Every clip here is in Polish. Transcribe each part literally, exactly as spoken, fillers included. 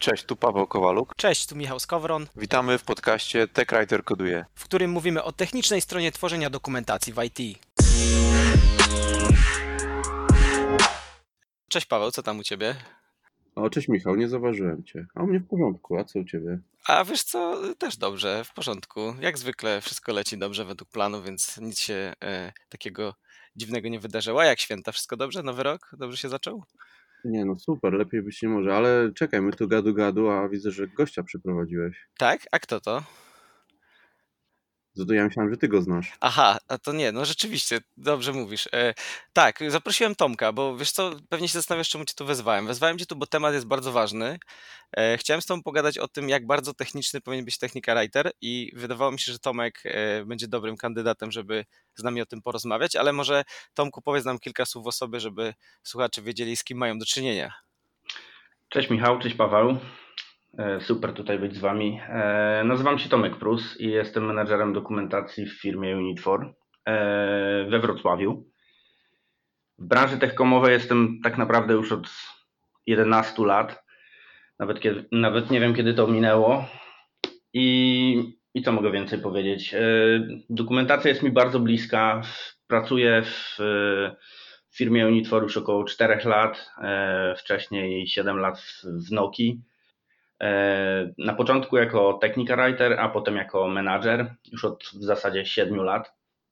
Cześć, tu Paweł Kowaluk. Cześć, tu Michał Skowron, Witamy w podcaście TechWriter Koduje. w którym mówimy o technicznej stronie tworzenia dokumentacji w I T. Cześć Paweł, co tam u Ciebie? O, cześć Michał, nie zauważyłem Cię. A u mnie w porządku, a co u Ciebie? A wiesz co, też dobrze, w porządku. Jak zwykle wszystko leci dobrze według planu, więc nic się e, takiego dziwnego nie wydarzyło. A jak święta? Wszystko dobrze? Nowy rok? Dobrze się zaczął? Nie no, super, lepiej być nie może, ale czekaj, my tu gadu gadu, a widzę, że gościa przyprowadziłeś. Tak? A kto to? Zato ja myślałem, że Ty go znasz. Aha, a to nie, no rzeczywiście, dobrze mówisz. E, tak, zaprosiłem Tomka, bo wiesz co, pewnie się zastanawiasz, czemu Cię tu wezwałem. Wezwałem Cię tu, bo temat jest bardzo ważny. E, chciałem z Tobą pogadać o tym, jak bardzo techniczny powinien być technika writer i wydawało mi się, że Tomek e, będzie dobrym kandydatem, żeby z nami o tym porozmawiać, ale może Tomku powiedz nam kilka słów o sobie, żeby słuchacze wiedzieli, z kim mają do czynienia. Cześć Michał, cześć Paweł. Super tutaj być z Wami. Nazywam się Tomek Prus i jestem menadżerem dokumentacji w firmie Unit cztery we Wrocławiu. W branży techkomowej jestem tak naprawdę już od jedenastu lat. Nawet, kiedy, nawet nie wiem, kiedy to minęło. I, I co mogę więcej powiedzieć? Dokumentacja jest mi bardzo bliska. Pracuję w firmie Unit cztery już około czterech lat. Wcześniej siedem lat w Nokii. Na początku jako technical writer, a potem jako menadżer już od w zasadzie siedmiu lat,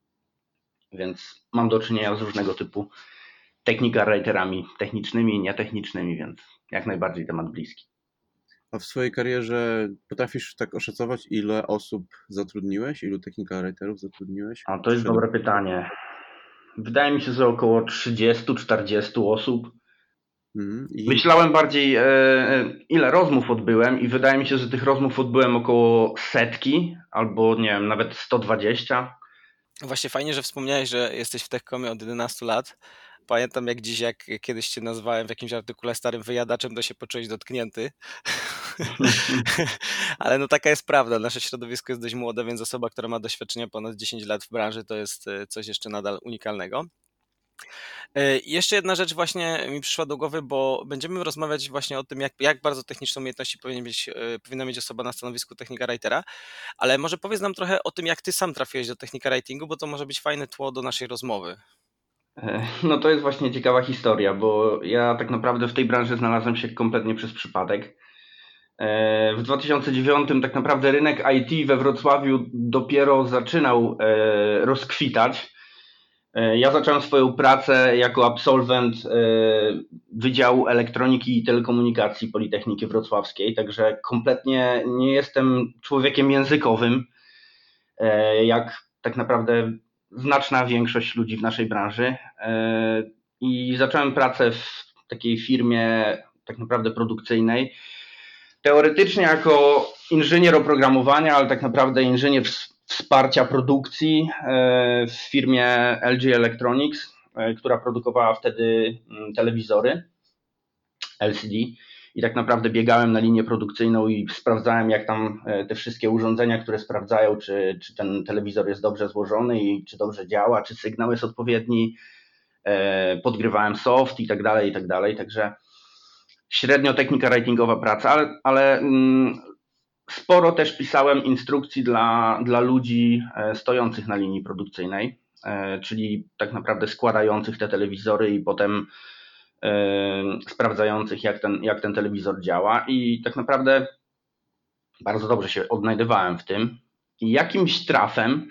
więc mam do czynienia z różnego typu technical writerami technicznymi i nietechnicznymi, więc jak najbardziej temat bliski. A w swojej karierze potrafisz tak oszacować, ile osób zatrudniłeś, ilu technical writerów zatrudniłeś? A to jest dobre pytanie. Wydaje mi się, że około trzydzieści do czterdziestu osób. Mhm. I... Myślałem bardziej, e, ile rozmów odbyłem i wydaje mi się, że tych rozmów odbyłem około setki albo nie wiem, nawet sto dwadzieścia. Właśnie fajnie, że wspomniałeś, że jesteś w Techcomie od jedenastu lat. Pamiętam jak dziś, jak kiedyś Cię nazwałem w jakimś artykule starym wyjadaczem, to się poczułeś dotknięty. Ale no taka jest prawda. Nasze środowisko jest dość młode, więc osoba, która ma doświadczenie ponad dziesięć lat w branży, to jest coś jeszcze nadal unikalnego. Jeszcze jedna rzecz właśnie mi przyszła do głowy, bo będziemy rozmawiać właśnie o tym, jak, jak bardzo techniczne umiejętności powinien być, powinna mieć osoba na stanowisku technika writera, ale może powiedz nam trochę o tym, jak ty sam trafiłeś do technika writingu, bo to może być fajne tło do naszej rozmowy. No to jest właśnie ciekawa historia, bo ja tak naprawdę w tej branży znalazłem się kompletnie przez przypadek. W dwa tysiące dziewiątym tak naprawdę rynek I T we Wrocławiu dopiero zaczynał rozkwitać. Ja zacząłem swoją pracę jako absolwent Wydziału Elektroniki i Telekomunikacji Politechniki Wrocławskiej, także kompletnie nie jestem człowiekiem językowym, jak tak naprawdę znaczna większość ludzi w naszej branży. I zacząłem pracę w takiej firmie tak naprawdę produkcyjnej. Teoretycznie jako inżynier oprogramowania, ale tak naprawdę inżynier wsparcia produkcji w firmie L G Electronics, która produkowała wtedy telewizory L C D i tak naprawdę biegałem na linię produkcyjną i sprawdzałem, jak tam te wszystkie urządzenia, które sprawdzają, czy, czy ten telewizor jest dobrze złożony i czy dobrze działa, czy sygnał jest odpowiedni, podgrywałem soft i tak dalej, i tak dalej, także średnio technika writingowa praca, ale, ale sporo też pisałem instrukcji dla, dla ludzi stojących na linii produkcyjnej, czyli tak naprawdę składających te telewizory i potem sprawdzających, jak ten, jak ten telewizor działa i tak naprawdę bardzo dobrze się odnajdywałem w tym. I jakimś trafem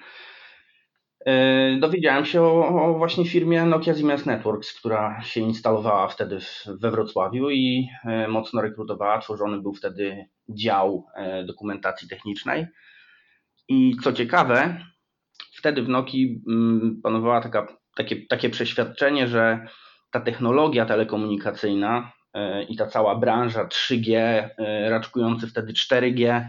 dowiedziałem się o, o właśnie firmie Nokia Siemens Networks, która się instalowała wtedy w, we Wrocławiu i mocno rekrutowała. Tworzony był wtedy dział dokumentacji technicznej. I co ciekawe, wtedy w Nokii panowała taka, takie, takie przeświadczenie, że ta technologia telekomunikacyjna i ta cała branża trzy G, raczkujący wtedy cztery G,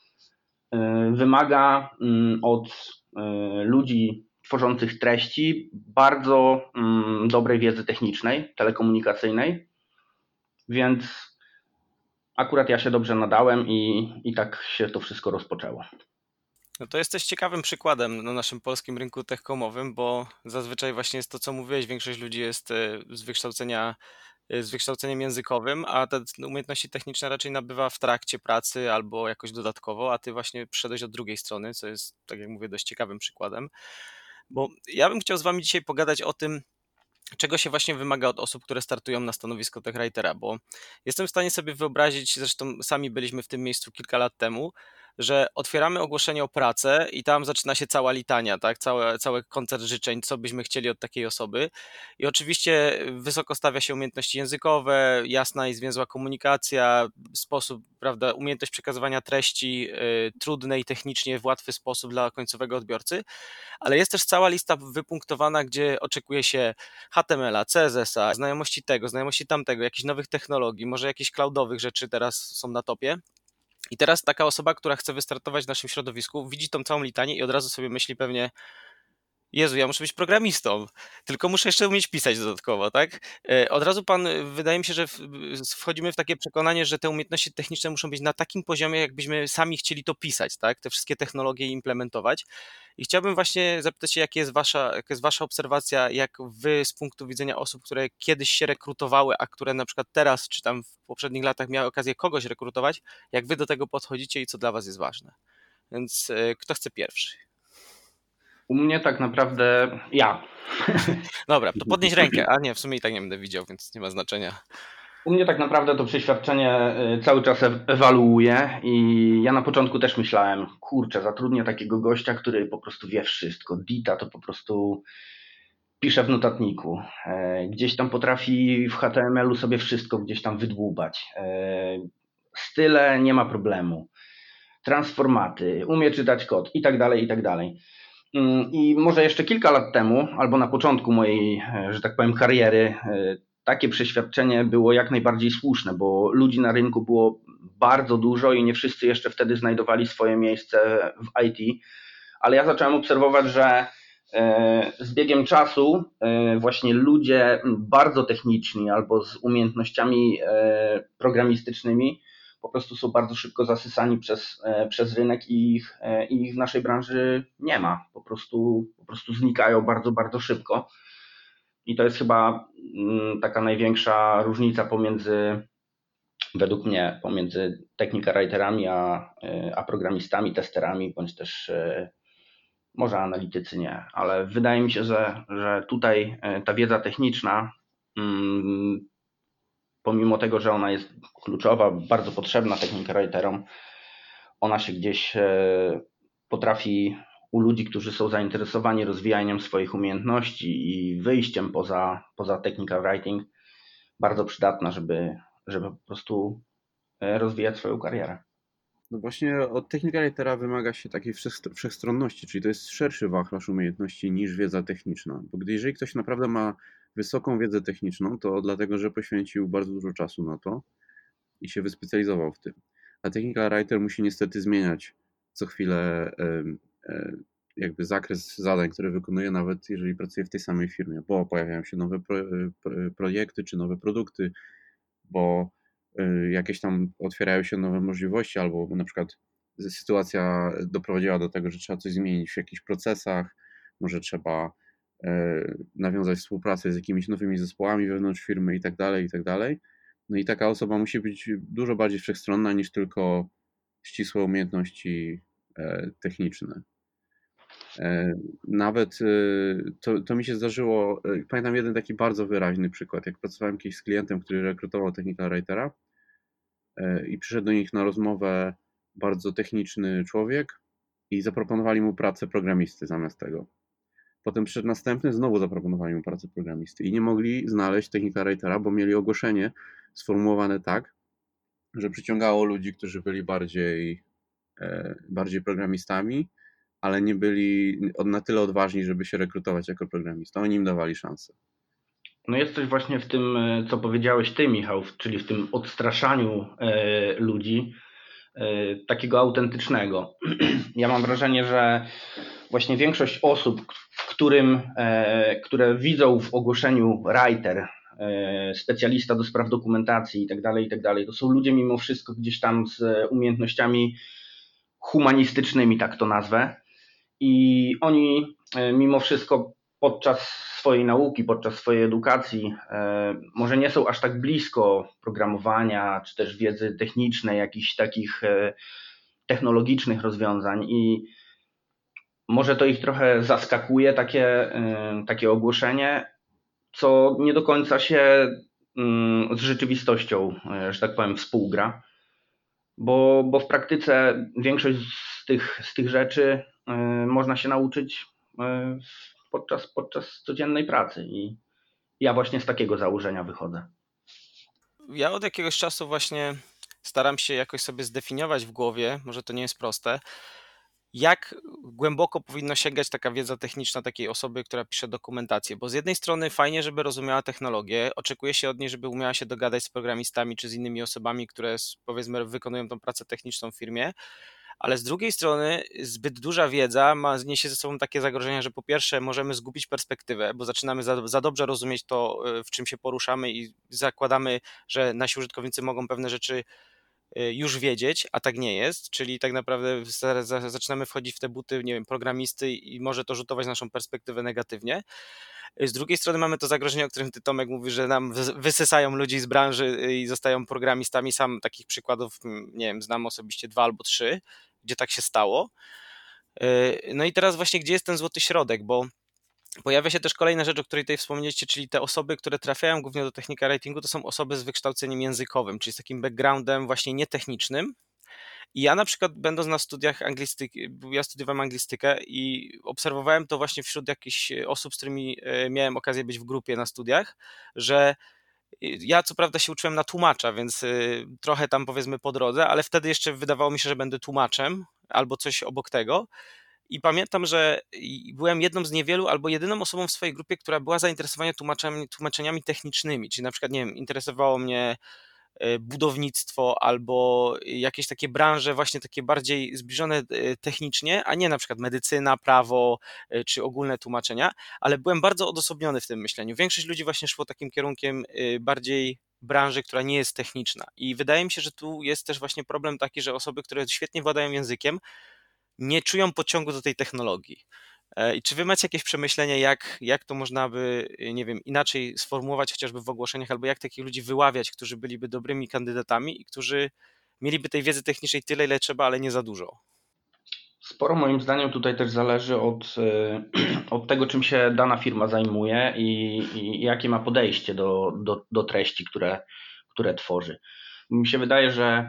wymaga od ludzi tworzących treści bardzo dobrej wiedzy technicznej, telekomunikacyjnej, więc akurat ja się dobrze nadałem i, i tak się to wszystko rozpoczęło. No to jesteś ciekawym przykładem na naszym polskim rynku techkomowym, bo zazwyczaj właśnie jest to, co mówiłeś, większość ludzi jest z wykształcenia z wykształceniem językowym, a te umiejętności techniczne raczej nabywa w trakcie pracy albo jakoś dodatkowo, a ty właśnie przyszedłeś od drugiej strony, co jest, tak jak mówię, dość ciekawym przykładem. Bo ja bym chciał z wami dzisiaj pogadać o tym, czego się właśnie wymaga od osób, które startują na stanowisko techwritera, bo jestem w stanie sobie wyobrazić, zresztą sami byliśmy w tym miejscu kilka lat temu, że otwieramy ogłoszenie o pracę i tam zaczyna się cała litania, tak? Cały, cały koncert życzeń, co byśmy chcieli od takiej osoby. I oczywiście wysoko stawia się umiejętności językowe, jasna i zwięzła komunikacja, sposób, prawda, umiejętność przekazywania treści y, trudnej technicznie w łatwy sposób dla końcowego odbiorcy, ale jest też cała lista wypunktowana, gdzie oczekuje się H T M L-a, C S S-a, znajomości tego, znajomości tamtego, jakichś nowych technologii, może jakichś cloudowych rzeczy teraz są na topie. I teraz taka osoba, która chce wystartować w naszym środowisku, widzi tą całą litanię i od razu sobie myśli pewnie: Jezu, ja muszę być programistą, tylko muszę jeszcze umieć pisać dodatkowo, tak? E, Od razu pan, y, wydaje mi się, że w- wchodzimy w takie przekonanie, że te umiejętności techniczne muszą być na takim poziomie, jakbyśmy sami chcieli to pisać, tak? Te wszystkie technologie implementować. I chciałbym właśnie zapytać się, jaka jest wasza, jaka jest wasza obserwacja, jak wy z punktu widzenia osób, które kiedyś się rekrutowały, a które na przykład teraz, czy tam w poprzednich latach miały okazję kogoś rekrutować, jak wy do tego podchodzicie i co dla was jest ważne. Więc e, kto chce pierwszy? U mnie tak naprawdę ja. Dobra, to podnieś rękę, a nie, w sumie i tak nie będę widział, więc nie ma znaczenia. U mnie tak naprawdę to przeświadczenie y, cały czas e- ewaluuje i ja na początku też myślałem, kurczę, zatrudnię takiego gościa, który po prostu wie wszystko. Dita to po prostu pisze w notatniku. E, Gdzieś tam potrafi w H T M L-u sobie wszystko gdzieś tam wydłubać. E, Style nie ma problemu. Transformaty, umie czytać kod i tak dalej, i tak dalej. Mm, I może jeszcze kilka lat temu, albo na początku mojej, e, że tak powiem, kariery, e, takie przeświadczenie było jak najbardziej słuszne, bo ludzi na rynku było bardzo dużo i nie wszyscy jeszcze wtedy znajdowali swoje miejsce w I T, ale ja zacząłem obserwować, że e, z biegiem czasu e, właśnie ludzie bardzo techniczni albo z umiejętnościami e, programistycznymi po prostu są bardzo szybko zasysani przez, e, przez rynek i ich, e, i ich w naszej branży nie ma. Po prostu, po prostu znikają bardzo, bardzo szybko. I to jest chyba mm, taka największa różnica pomiędzy, według mnie, pomiędzy technika writerami a, e, a programistami, testerami, bądź też e, może analitycy nie, ale wydaje mi się, że, że tutaj e, ta wiedza techniczna, mm, pomimo tego, że ona jest kluczowa, bardzo potrzebna technika writerom, ona się gdzieś e, potrafi u ludzi, którzy są zainteresowani rozwijaniem swoich umiejętności i wyjściem poza, poza technical writing, bardzo przydatna, żeby, żeby po prostu e, rozwijać swoją karierę. No właśnie od technika writera wymaga się takiej wszech- wszechstronności, czyli to jest szerszy wachlarz umiejętności niż wiedza techniczna. Bo gdy jeżeli ktoś naprawdę ma wysoką wiedzę techniczną, to dlatego, że poświęcił bardzo dużo czasu na to i się wyspecjalizował w tym. A technical writer musi niestety zmieniać co chwilę em, e, jakby zakres zadań, które wykonuje, nawet jeżeli pracuje w tej samej firmie, bo pojawiają się nowe pro, pro, projekty czy nowe produkty, bo y, jakieś tam otwierają się nowe możliwości, albo na przykład sytuacja doprowadziła do tego, że trzeba coś zmienić w jakichś procesach, może trzeba y, nawiązać współpracę z jakimiś nowymi zespołami wewnątrz firmy i tak dalej, i tak dalej. No i taka osoba musi być dużo bardziej wszechstronna niż tylko ścisłe umiejętności e, techniczne. E, Nawet e, to, to mi się zdarzyło, e, pamiętam jeden taki bardzo wyraźny przykład, jak pracowałem kiedyś z klientem, który rekrutował technical writera e, i przyszedł do nich na rozmowę bardzo techniczny człowiek i zaproponowali mu pracę programisty zamiast tego. Potem przyszedł następny, znowu zaproponowali mu pracę programisty i nie mogli znaleźć technical writera, bo mieli ogłoszenie sformułowane tak, że przyciągało ludzi, którzy byli bardziej, e, bardziej programistami, ale nie byli na tyle odważni, żeby się rekrutować jako programista. Oni im dawali szansę. No jest coś właśnie w tym, e, co powiedziałeś ty, Michał, czyli w tym odstraszaniu e, ludzi, e, takiego autentycznego. Ja mam wrażenie, że właśnie większość osób, którym, e, które widzą w ogłoszeniu writer, e, specjalista do spraw dokumentacji i tak dalej, i tak dalej, to są ludzie mimo wszystko gdzieś tam z umiejętnościami humanistycznymi, tak to nazwę. I oni e, mimo wszystko podczas swojej nauki, podczas swojej edukacji może nie są aż tak blisko programowania, czy też wiedzy technicznej, jakichś takich technologicznych rozwiązań i może to ich trochę zaskakuje, takie, takie ogłoszenie, co nie do końca się z rzeczywistością, że tak powiem, współgra, bo, bo w praktyce większość z tych, z tych rzeczy można się nauczyć podczas, podczas codziennej pracy i ja właśnie z takiego założenia wychodzę. Ja od jakiegoś czasu właśnie staram się jakoś sobie zdefiniować w głowie, może to nie jest proste, jak głęboko powinna sięgać taka wiedza techniczna takiej osoby, która pisze dokumentację, bo z jednej strony fajnie, żeby rozumiała technologię, oczekuje się od niej, żeby umiała się dogadać z programistami czy z innymi osobami, które powiedzmy wykonują tą pracę techniczną w firmie, ale z drugiej strony zbyt duża wiedza ma, niesie ze sobą takie zagrożenia, że po pierwsze możemy zgubić perspektywę, bo zaczynamy za, za dobrze rozumieć to, w czym się poruszamy i zakładamy, że nasi użytkownicy mogą pewne rzeczy już wiedzieć, a tak nie jest, czyli tak naprawdę zaczynamy wchodzić w te buty, nie wiem, programisty i może to rzutować naszą perspektywę negatywnie. Z drugiej strony mamy to zagrożenie, o którym ty, Tomek, mówisz, że nam wysysają ludzi z branży i zostają programistami. Sam takich przykładów, nie wiem, znam osobiście dwa albo trzy, gdzie tak się stało. No i teraz właśnie, gdzie jest ten złoty środek, bo pojawia się też kolejna rzecz, o której tutaj wspomnieliście, czyli te osoby, które trafiają głównie do technika writingu, to są osoby z wykształceniem językowym, czyli z takim backgroundem właśnie nietechnicznym. I ja na przykład będąc na studiach anglistyki, ja studiowałem anglistykę i obserwowałem to właśnie wśród jakichś osób, z którymi miałem okazję być w grupie na studiach, że ja co prawda się uczyłem na tłumacza, więc trochę tam powiedzmy po drodze, ale wtedy jeszcze wydawało mi się, że będę tłumaczem albo coś obok tego. I pamiętam, że byłem jedną z niewielu albo jedyną osobą w swojej grupie, która była zainteresowana tłumaczeniami, tłumaczeniami technicznymi, czyli na przykład, nie wiem, interesowało mnie budownictwo albo jakieś takie branże właśnie takie bardziej zbliżone technicznie, a nie na przykład medycyna, prawo czy ogólne tłumaczenia, ale byłem bardzo odosobniony w tym myśleniu. Większość ludzi właśnie szło takim kierunkiem bardziej branży, która nie jest techniczna i wydaje mi się, że tu jest też właśnie problem taki, że osoby, które świetnie władają językiem, nie czują pociągu do tej technologii. I czy wy macie jakieś przemyślenie, jak, jak to można by, nie wiem, inaczej sformułować chociażby w ogłoszeniach, albo jak takich ludzi wyławiać, którzy byliby dobrymi kandydatami i którzy mieliby tej wiedzy technicznej tyle, ile trzeba, ale nie za dużo? Sporo moim zdaniem tutaj też zależy od, od tego, czym się dana firma zajmuje i, i jakie ma podejście do, do, do treści, które, które tworzy. Mi się wydaje, że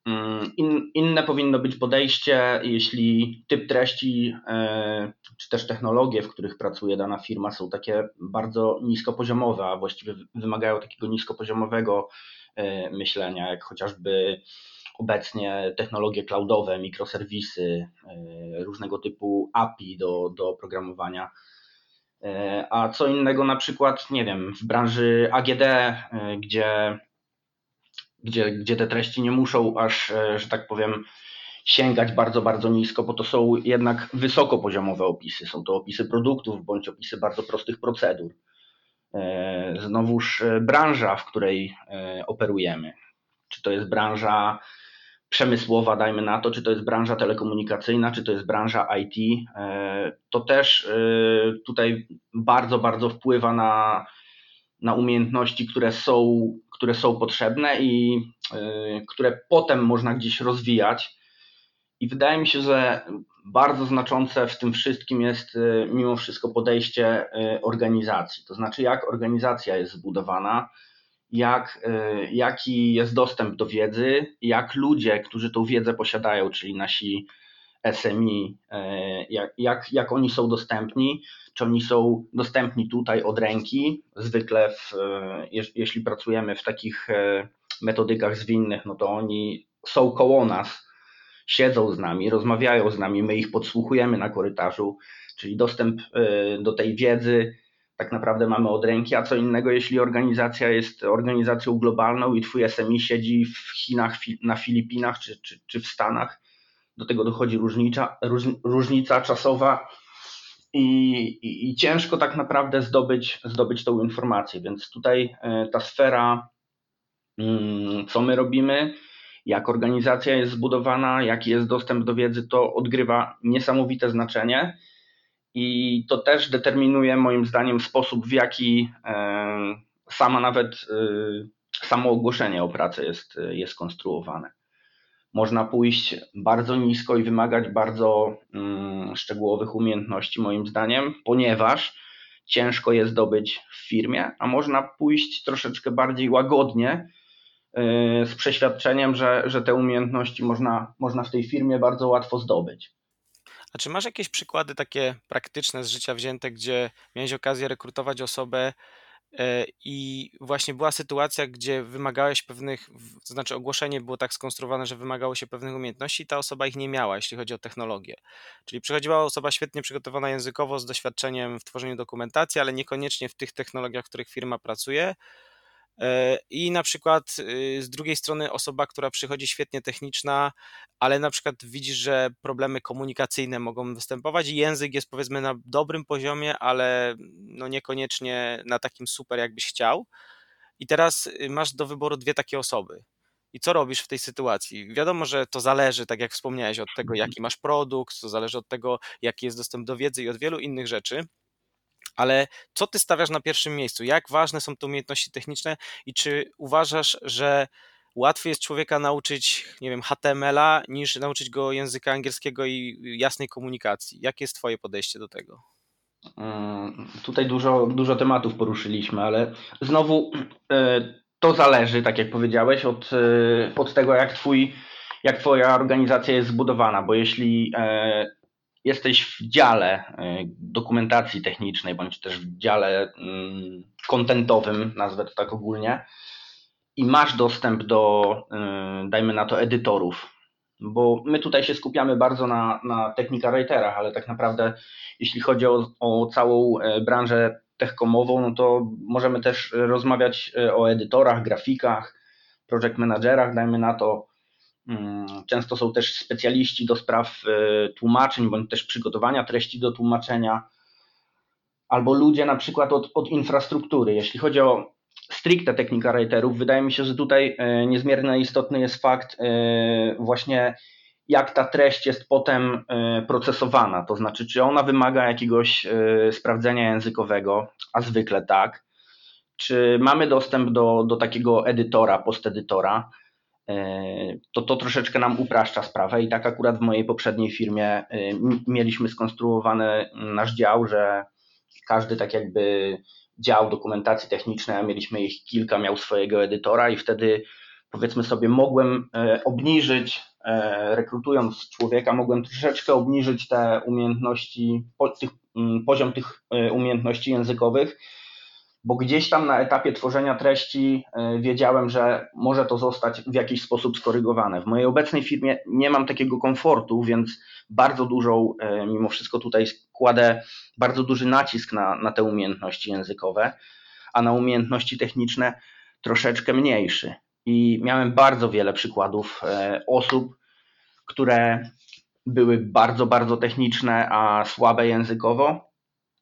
In, inne powinno być podejście, jeśli typ treści czy też technologie, w których pracuje dana firma, są takie bardzo niskopoziomowe, a właściwie wymagają takiego niskopoziomowego myślenia, jak chociażby obecnie technologie cloudowe, mikroserwisy, różnego typu A P I do, do oprogramowania. A co innego na przykład, nie wiem, w branży A G D, gdzie Gdzie, gdzie te treści nie muszą aż, że tak powiem, sięgać bardzo, bardzo nisko, bo to są jednak wysokopoziomowe opisy. Są to opisy produktów bądź opisy bardzo prostych procedur. Znowuż branża, w której operujemy. Czy to jest branża przemysłowa, dajmy na to, czy to jest branża telekomunikacyjna, czy to jest branża I T, to też tutaj bardzo, bardzo wpływa na na umiejętności, które są, które są potrzebne i y, które potem można gdzieś rozwijać. I wydaje mi się, że bardzo znaczące w tym wszystkim jest y, mimo wszystko podejście y, organizacji. To znaczy, jak organizacja jest zbudowana, jak, y, jaki jest dostęp do wiedzy, jak ludzie, którzy tą wiedzę posiadają, czyli nasi S M I, jak, jak, jak oni są dostępni, czy oni są dostępni tutaj od ręki, zwykle w, jeśli pracujemy w takich metodykach zwinnych, no to oni są koło nas, siedzą z nami, rozmawiają z nami, my ich podsłuchujemy na korytarzu, czyli dostęp do tej wiedzy tak naprawdę mamy od ręki, a co innego, jeśli organizacja jest organizacją globalną i twój S M I siedzi w Chinach, na Filipinach czy, czy, czy w Stanach. Do tego dochodzi różnica, róż, różnica czasowa i, i, i ciężko tak naprawdę zdobyć, zdobyć tą informację. Więc tutaj ta sfera, co my robimy, jak organizacja jest zbudowana, jaki jest dostęp do wiedzy, to odgrywa niesamowite znaczenie. I to też determinuje moim zdaniem sposób, w jaki e, sama nawet e, samo ogłoszenie o pracę jest, jest skonstruowane. Można pójść bardzo nisko i wymagać bardzo mm, szczegółowych umiejętności moim zdaniem, ponieważ ciężko je zdobyć w firmie, a można pójść troszeczkę bardziej łagodnie yy, z przeświadczeniem, że, że te umiejętności można, można w tej firmie bardzo łatwo zdobyć. A czy masz jakieś przykłady takie praktyczne z życia wzięte, gdzie miałeś okazję rekrutować osobę e, i właśnie była sytuacja, gdzie wymagałeś pewnych, w- to znaczy ogłoszenie było tak skonstruowane, że wymagało się pewnych umiejętności i ta osoba ich nie miała, jeśli chodzi o technologię. Czyli przychodziła osoba świetnie przygotowana językowo, z doświadczeniem w tworzeniu dokumentacji, ale niekoniecznie w tych technologiach, w których firma pracuje. E, I na przykład y, z drugiej strony osoba, która przychodzi świetnie techniczna, ale na przykład widzisz, że problemy komunikacyjne mogą występować i język jest powiedzmy na dobrym poziomie, ale no niekoniecznie na takim super, jakbyś chciał. I teraz y, masz do wyboru dwie takie osoby. I co robisz w tej sytuacji? Wiadomo, że to zależy, tak jak wspomniałeś, od tego, jaki masz produkt, to zależy od tego, jaki jest dostęp do wiedzy i od wielu innych rzeczy. Ale co ty stawiasz na pierwszym miejscu? Jak ważne są te umiejętności techniczne i czy uważasz, że łatwiej jest człowieka nauczyć, nie wiem, H T M L a niż nauczyć go języka angielskiego i jasnej komunikacji? Jakie jest twoje podejście do tego? Mm, Tutaj dużo, dużo tematów poruszyliśmy, ale znowu e, to zależy, tak jak powiedziałeś, od, e, od tego, jak twój, jak twoja organizacja jest zbudowana, bo jeśli e, jesteś w dziale e, dokumentacji technicznej, bądź też w dziale mm, contentowym, nazwę to tak ogólnie, i masz dostęp do, e, dajmy na to, edytorów, bo my tutaj się skupiamy bardzo na, na technical writerach, ale tak naprawdę jeśli chodzi o, o całą e, branżę techkomową, no to możemy też rozmawiać e, o edytorach, grafikach, project managerach, dajmy na to. Mm, Często są też specjaliści do spraw e, tłumaczeń, bądź też przygotowania treści do tłumaczenia, albo ludzie na przykład od, od infrastruktury. Jeśli chodzi o stricte technical writerów, wydaje mi się, że tutaj e, niezmiernie istotny jest fakt e, właśnie jak ta treść jest potem e, procesowana, to znaczy czy ona wymaga jakiegoś e, sprawdzenia językowego, a zwykle tak, czy mamy dostęp do, do takiego edytora, postedytora, e, to to troszeczkę nam upraszcza sprawę i tak akurat w mojej poprzedniej firmie e, m- mieliśmy skonstruowany nasz dział, że każdy tak jakby dział dokumentacji technicznej, a mieliśmy ich kilka, miał swojego edytora i wtedy powiedzmy sobie mogłem e, obniżyć, e, rekrutując człowieka, mogłem troszeczkę obniżyć te umiejętności, po, tych, mm, poziom tych e, umiejętności językowych, bo gdzieś tam na etapie tworzenia treści e, wiedziałem, że może to zostać w jakiś sposób skorygowane. W mojej obecnej firmie nie mam takiego komfortu, więc bardzo dużą, e, mimo wszystko tutaj kładę bardzo duży nacisk na, na te umiejętności językowe, a na umiejętności techniczne troszeczkę mniejszy. I miałem bardzo wiele przykładów e, osób, które były bardzo, bardzo techniczne, a słabe językowo.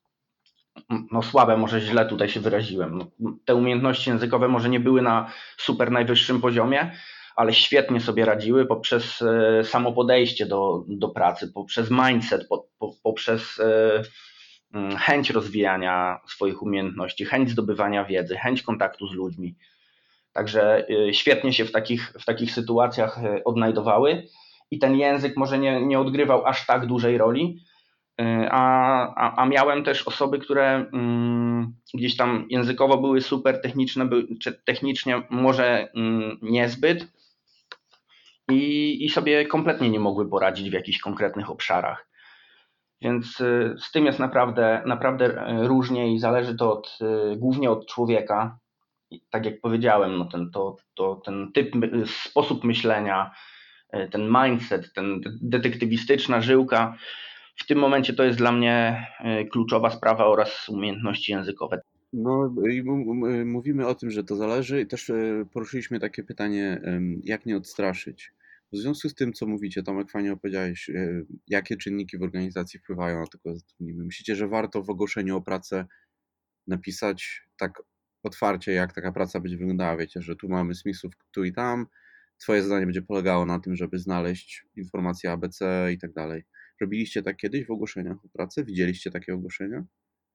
No słabe, może źle tutaj się wyraziłem. No, te umiejętności językowe może nie były na super najwyższym poziomie, ale świetnie sobie radziły poprzez e, samo podejście do, do pracy, poprzez mindset, po, po, poprzez e, mm, chęć rozwijania swoich umiejętności, chęć zdobywania wiedzy, chęć kontaktu z ludźmi. Także e, świetnie się w takich, w takich sytuacjach e, odnajdowały i ten język może nie, nie odgrywał aż tak dużej roli, a, a, a miałem też osoby, które mm, gdzieś tam językowo były super techniczne, by, czy technicznie może mm, niezbyt i, i sobie kompletnie nie mogły poradzić w jakichś konkretnych obszarach. Więc y, z tym jest naprawdę, naprawdę y, różnie i zależy to od, y, głównie od człowieka. I tak jak powiedziałem, no ten, to, to, ten typ, my- sposób myślenia, y, ten mindset, ten detektywistyczna żyłka, w tym momencie to jest dla mnie y, kluczowa sprawa oraz umiejętności językowe. No i m- m- mówimy o tym, że to zależy i też e, poruszyliśmy takie pytanie, em, jak nie odstraszyć. W związku z tym, co mówicie, Tomek, fajnie opowiedziałeś, e, jakie czynniki w organizacji wpływają na tego zatrudnienie. Myślicie, że warto w ogłoszeniu o pracę napisać tak otwarcie, jak taka praca będzie wyglądała? Wiecie, że tu mamy Smithów tu i tam, twoje zadanie będzie polegało na tym, żeby znaleźć informacje A B C i tak dalej. Robiliście tak kiedyś w ogłoszeniach o pracę? Widzieliście takie ogłoszenia?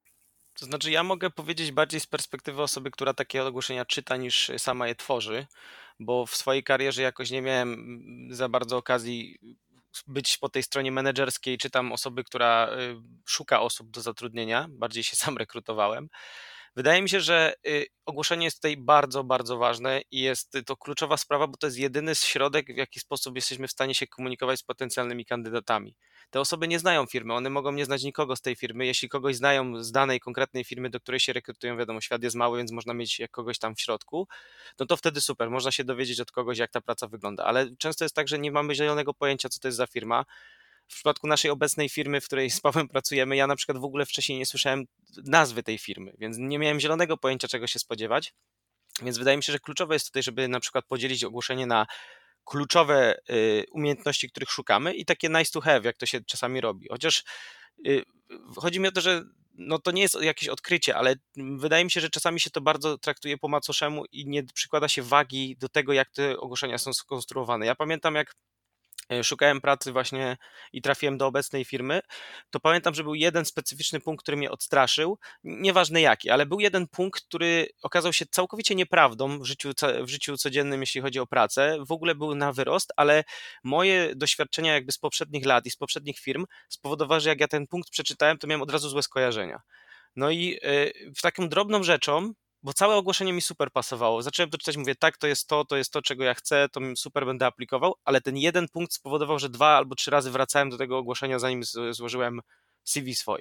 To znaczy, ja mogę powiedzieć bardziej z perspektywy osoby, która takie ogłoszenia czyta, niż sama je tworzy, bo w swojej karierze jakoś nie miałem mm, za bardzo okazji być po tej stronie menedżerskiej, czy tam osoby, która y, szuka osób do zatrudnienia, bardziej się sam rekrutowałem. Wydaje mi się, że y, ogłoszenie jest tutaj bardzo, bardzo ważne i jest to kluczowa sprawa, bo to jest jedyny środek, w jaki sposób jesteśmy w stanie się komunikować z potencjalnymi kandydatami. Te osoby nie znają firmy, one mogą nie znać nikogo z tej firmy. Jeśli kogoś znają z danej konkretnej firmy, do której się rekrutują, wiadomo, świat jest mały, więc można mieć jak kogoś tam w środku, no to wtedy super, można się dowiedzieć od kogoś, jak ta praca wygląda. Ale często jest tak, że nie mamy zielonego pojęcia, co to jest za firma. W przypadku naszej obecnej firmy, w której z Pawłem pracujemy, ja na przykład w ogóle wcześniej nie słyszałem nazwy tej firmy, więc nie miałem zielonego pojęcia, czego się spodziewać. Więc wydaje mi się, że kluczowe jest tutaj, żeby na przykład podzielić ogłoszenie na kluczowe y, umiejętności, których szukamy i takie nice to have, jak to się czasami robi. Chociaż y, chodzi mi o to, że no to nie jest jakieś odkrycie, ale wydaje mi się, że czasami się to bardzo traktuje po macoszemu i nie przykłada się wagi do tego, jak te ogłoszenia są skonstruowane. Ja pamiętam, jak szukałem pracy właśnie i trafiłem do obecnej firmy, to pamiętam, że był jeden specyficzny punkt, który mnie odstraszył, nieważne jaki, ale był jeden punkt, który okazał się całkowicie nieprawdą w życiu, w życiu codziennym, jeśli chodzi o pracę. W ogóle był na wyrost, ale moje doświadczenia jakby z poprzednich lat i z poprzednich firm spowodowały, że jak ja ten punkt przeczytałem, to miałem od razu złe skojarzenia. No i y, w taką drobną rzeczą, bo całe ogłoszenie mi super pasowało. Zacząłem to czytać, mówię, tak, to jest to, to jest to, czego ja chcę, to super będę aplikował, ale ten jeden punkt spowodował, że dwa albo trzy razy wracałem do tego ogłoszenia, zanim z- złożyłem C V swoje.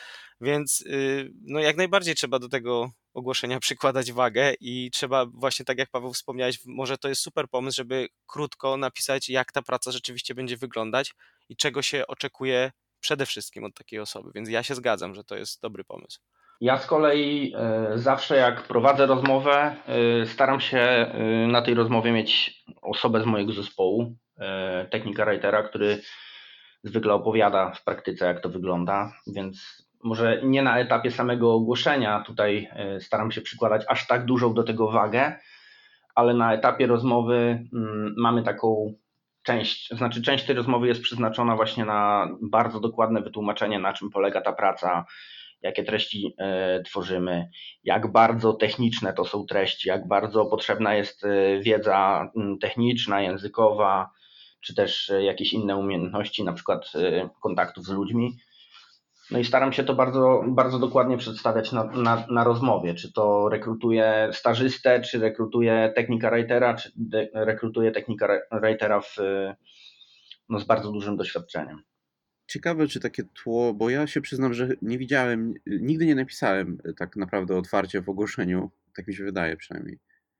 Więc y, no jak najbardziej trzeba do tego ogłoszenia przykładać wagę i trzeba właśnie tak jak Paweł wspomniałeś, może to jest super pomysł, żeby krótko napisać, jak ta praca rzeczywiście będzie wyglądać i czego się oczekuje przede wszystkim od takiej osoby. Więc ja się zgadzam, że to jest dobry pomysł. Ja z kolei e, zawsze jak prowadzę rozmowę, e, staram się e, na tej rozmowie mieć osobę z mojego zespołu, e, technika writera, który zwykle opowiada w praktyce, jak to wygląda, więc może nie na etapie samego ogłoszenia tutaj e, staram się przykładać aż tak dużą do tego wagę, ale na etapie rozmowy mm, mamy taką część, znaczy część tej rozmowy jest przeznaczona właśnie na bardzo dokładne wytłumaczenie, na czym polega ta praca, jakie treści e, tworzymy, jak bardzo techniczne to są treści, jak bardzo potrzebna jest e, wiedza m, techniczna, językowa, czy też e, jakieś inne umiejętności, na przykład e, kontaktów z ludźmi. No i staram się to bardzo, bardzo dokładnie przedstawiać na, na, na rozmowie, czy to rekrutuję stażystę, czy rekrutuję technika writera, czy de, rekrutuję technika writera w, no, z bardzo dużym doświadczeniem. Ciekawe, czy takie tło, bo ja się przyznam, że nie widziałem, nigdy nie napisałem tak naprawdę otwarcie w ogłoszeniu, tak mi się wydaje przynajmniej.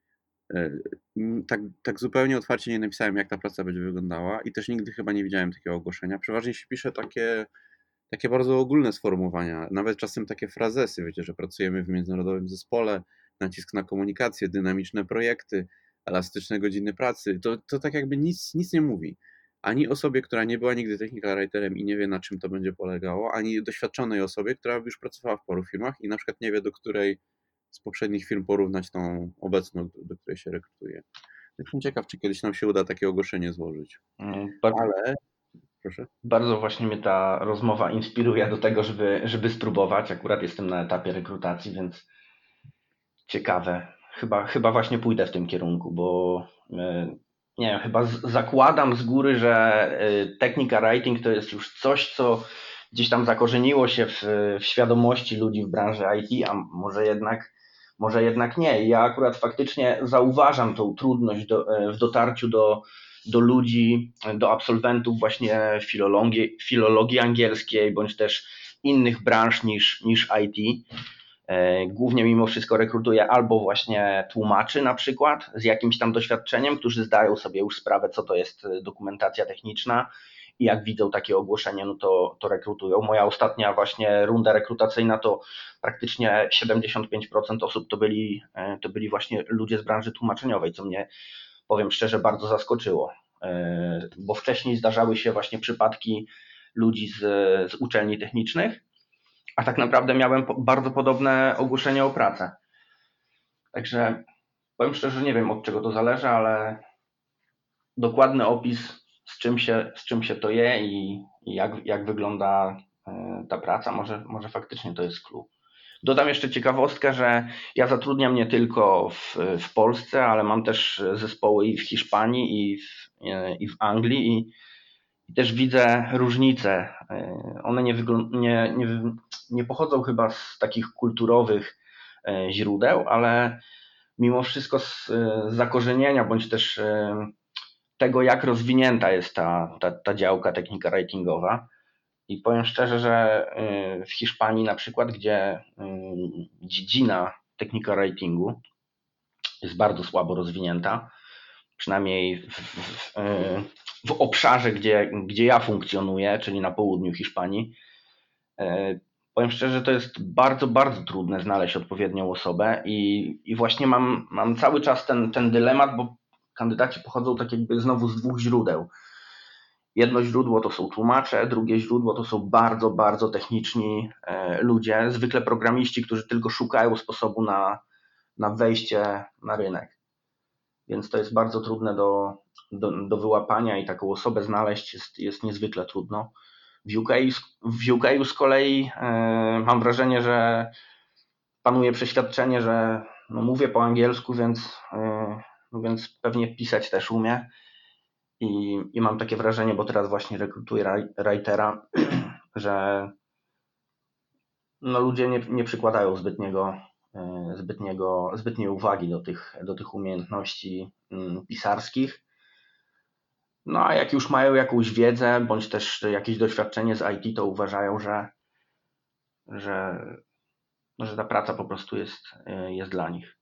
E, m, Tak, tak zupełnie otwarcie nie napisałem, jak ta praca będzie wyglądała i też nigdy chyba nie widziałem takiego ogłoszenia. Przeważnie się pisze takie, takie bardzo ogólne sformułowania, nawet czasem takie frazesy, wiecie, że pracujemy w międzynarodowym zespole, nacisk na komunikację, dynamiczne projekty, elastyczne godziny pracy. To, to tak jakby nic, nic nie mówi. Ani osobie, która nie była nigdy technical writerem i nie wie, na czym to będzie polegało, ani doświadczonej osobie, która już pracowała w paru firmach i na przykład nie wie, do której z poprzednich firm porównać tą obecną, do, do której się rekrutuje. Jestem ciekaw, czy kiedyś nam się uda takie ogłoszenie złożyć. Bardzo, Ale, proszę. bardzo właśnie mnie ta rozmowa inspiruje do tego, żeby, żeby spróbować. Akurat jestem na etapie rekrutacji, więc ciekawe. Chyba, chyba właśnie pójdę w tym kierunku, bo e, nie wiem, chyba z, zakładam z góry, że e, technika writing to jest już coś, co gdzieś tam zakorzeniło się w, w świadomości ludzi w branży I T, a może jednak, może jednak nie. I ja akurat faktycznie zauważam tą trudność do, e, w dotarciu do, do ludzi, do absolwentów właśnie filologii, filologii angielskiej, bądź też innych branż niż, niż I T. Głównie mimo wszystko rekrutuję albo właśnie tłumaczy na przykład z jakimś tam doświadczeniem, którzy zdają sobie już sprawę, co to jest dokumentacja techniczna i jak widzą takie ogłoszenie, no to, to rekrutują. Moja ostatnia właśnie runda rekrutacyjna to praktycznie siedemdziesiąt pięć procent osób to byli, to byli właśnie ludzie z branży tłumaczeniowej, co mnie, powiem szczerze, bardzo zaskoczyło, bo wcześniej zdarzały się właśnie przypadki ludzi z, z uczelni technicznych, a tak naprawdę miałem bardzo podobne ogłoszenie o pracę. Także powiem szczerze, nie wiem, od czego to zależy, ale dokładny opis z czym się, z czym się to je i, i jak, jak wygląda e, ta praca. Może, może faktycznie to jest clue. Dodam jeszcze ciekawostkę, że ja zatrudniam nie tylko w, w Polsce, ale mam też zespoły i w Hiszpanii, i w, i w Anglii i, i też widzę różnice. One nie, wyglą- nie, nie, nie pochodzą chyba z takich kulturowych źródeł, ale mimo wszystko z, z zakorzenienia, bądź też tego, jak rozwinięta jest ta, ta, ta działka technika writingowa. I powiem szczerze, że w Hiszpanii na przykład, gdzie dziedzina technika writingu jest bardzo słabo rozwinięta, przynajmniej w, w, w obszarze, gdzie, gdzie ja funkcjonuję, czyli na południu Hiszpanii, powiem szczerze, że to jest bardzo, bardzo trudne znaleźć odpowiednią osobę i, i właśnie mam, mam cały czas ten, ten dylemat, bo kandydaci pochodzą tak jakby znowu z dwóch źródeł. Jedno źródło to są tłumacze, drugie źródło to są bardzo, bardzo techniczni ludzie, zwykle programiści, którzy tylko szukają sposobu na, na wejście na rynek. Więc to jest bardzo trudne do, do, do wyłapania i taką osobę znaleźć jest, jest niezwykle trudno. W U K, w U K z kolei e, mam wrażenie, że panuje przeświadczenie, że no mówię po angielsku, więc, e, no więc pewnie pisać też umie. I, I mam takie wrażenie, bo teraz właśnie rekrutuję writera, że no ludzie nie, nie przykładają zbytniego, zbytniego, zbytniej uwagi do tych, do tych umiejętności pisarskich. No a jak już mają jakąś wiedzę, bądź też jakieś doświadczenie z I T, to uważają, że, że, no, że ta praca po prostu jest, jest dla nich.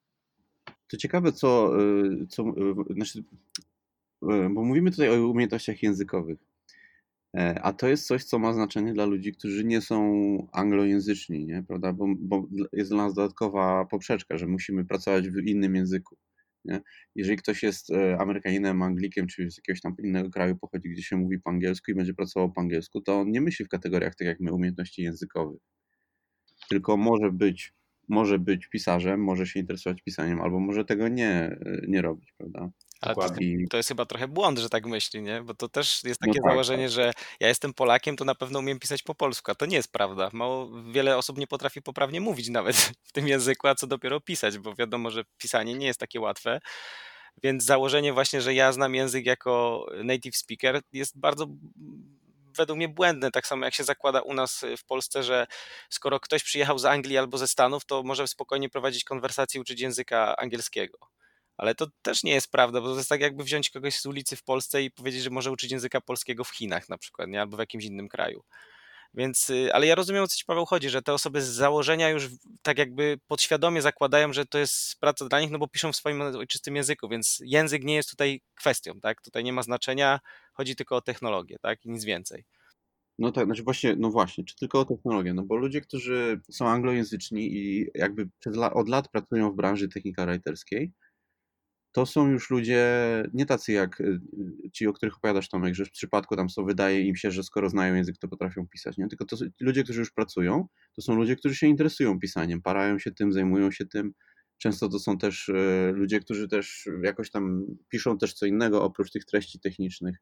To ciekawe, co, co znaczy, bo mówimy tutaj o umiejętnościach językowych, a to jest coś, co ma znaczenie dla ludzi, którzy nie są anglojęzyczni, nie? Prawda? Bo, bo jest dla nas dodatkowa poprzeczka, że musimy pracować w innym języku. Nie? Jeżeli ktoś jest Amerykaninem, Anglikiem, czy z jakiegoś tam innego kraju pochodzi, gdzie się mówi po angielsku i będzie pracował po angielsku, to on nie myśli w kategoriach tak jak my umiejętności językowych, tylko może być, może być pisarzem, może się interesować pisaniem, albo może tego nie, nie robić, prawda? Ale to, to jest chyba trochę błąd, że tak myśli, nie? Bo to też jest takie no tak, założenie, tak. że ja jestem Polakiem, to na pewno umiem pisać po polsku, a to nie jest prawda. Mało, wiele osób nie potrafi poprawnie mówić nawet w tym języku, a co dopiero pisać, bo wiadomo, że pisanie nie jest takie łatwe. Więc założenie właśnie, że ja znam język jako native speaker jest bardzo według mnie błędne, tak samo jak się zakłada u nas w Polsce, że skoro ktoś przyjechał z Anglii albo ze Stanów, to może spokojnie prowadzić konwersację i uczyć języka angielskiego. Ale to też nie jest prawda, bo to jest tak jakby wziąć kogoś z ulicy w Polsce i powiedzieć, że może uczyć języka polskiego w Chinach na przykład, nie? Albo w jakimś innym kraju. Więc, ale ja rozumiem, o co ci Paweł chodzi, że te osoby z założenia już tak jakby podświadomie zakładają, że to jest praca dla nich, no bo piszą w swoim ojczystym języku, więc język nie jest tutaj kwestią, tak? Tutaj nie ma znaczenia, chodzi tylko o technologię, tak? I nic więcej. No tak, znaczy właśnie, no właśnie, czy tylko o technologię, no bo ludzie, którzy są anglojęzyczni i jakby przez la, od lat pracują w branży technika writerskiej, to są już ludzie nie tacy jak ci, o których opowiadasz, Tomek, że w przypadku tam są, wydaje im się, że skoro znają język, to potrafią pisać, nie? Tylko to ludzie, którzy już pracują, to są ludzie, którzy się interesują pisaniem, parają się tym, zajmują się tym. Często to są też ludzie, którzy też jakoś tam piszą też co innego oprócz tych treści technicznych.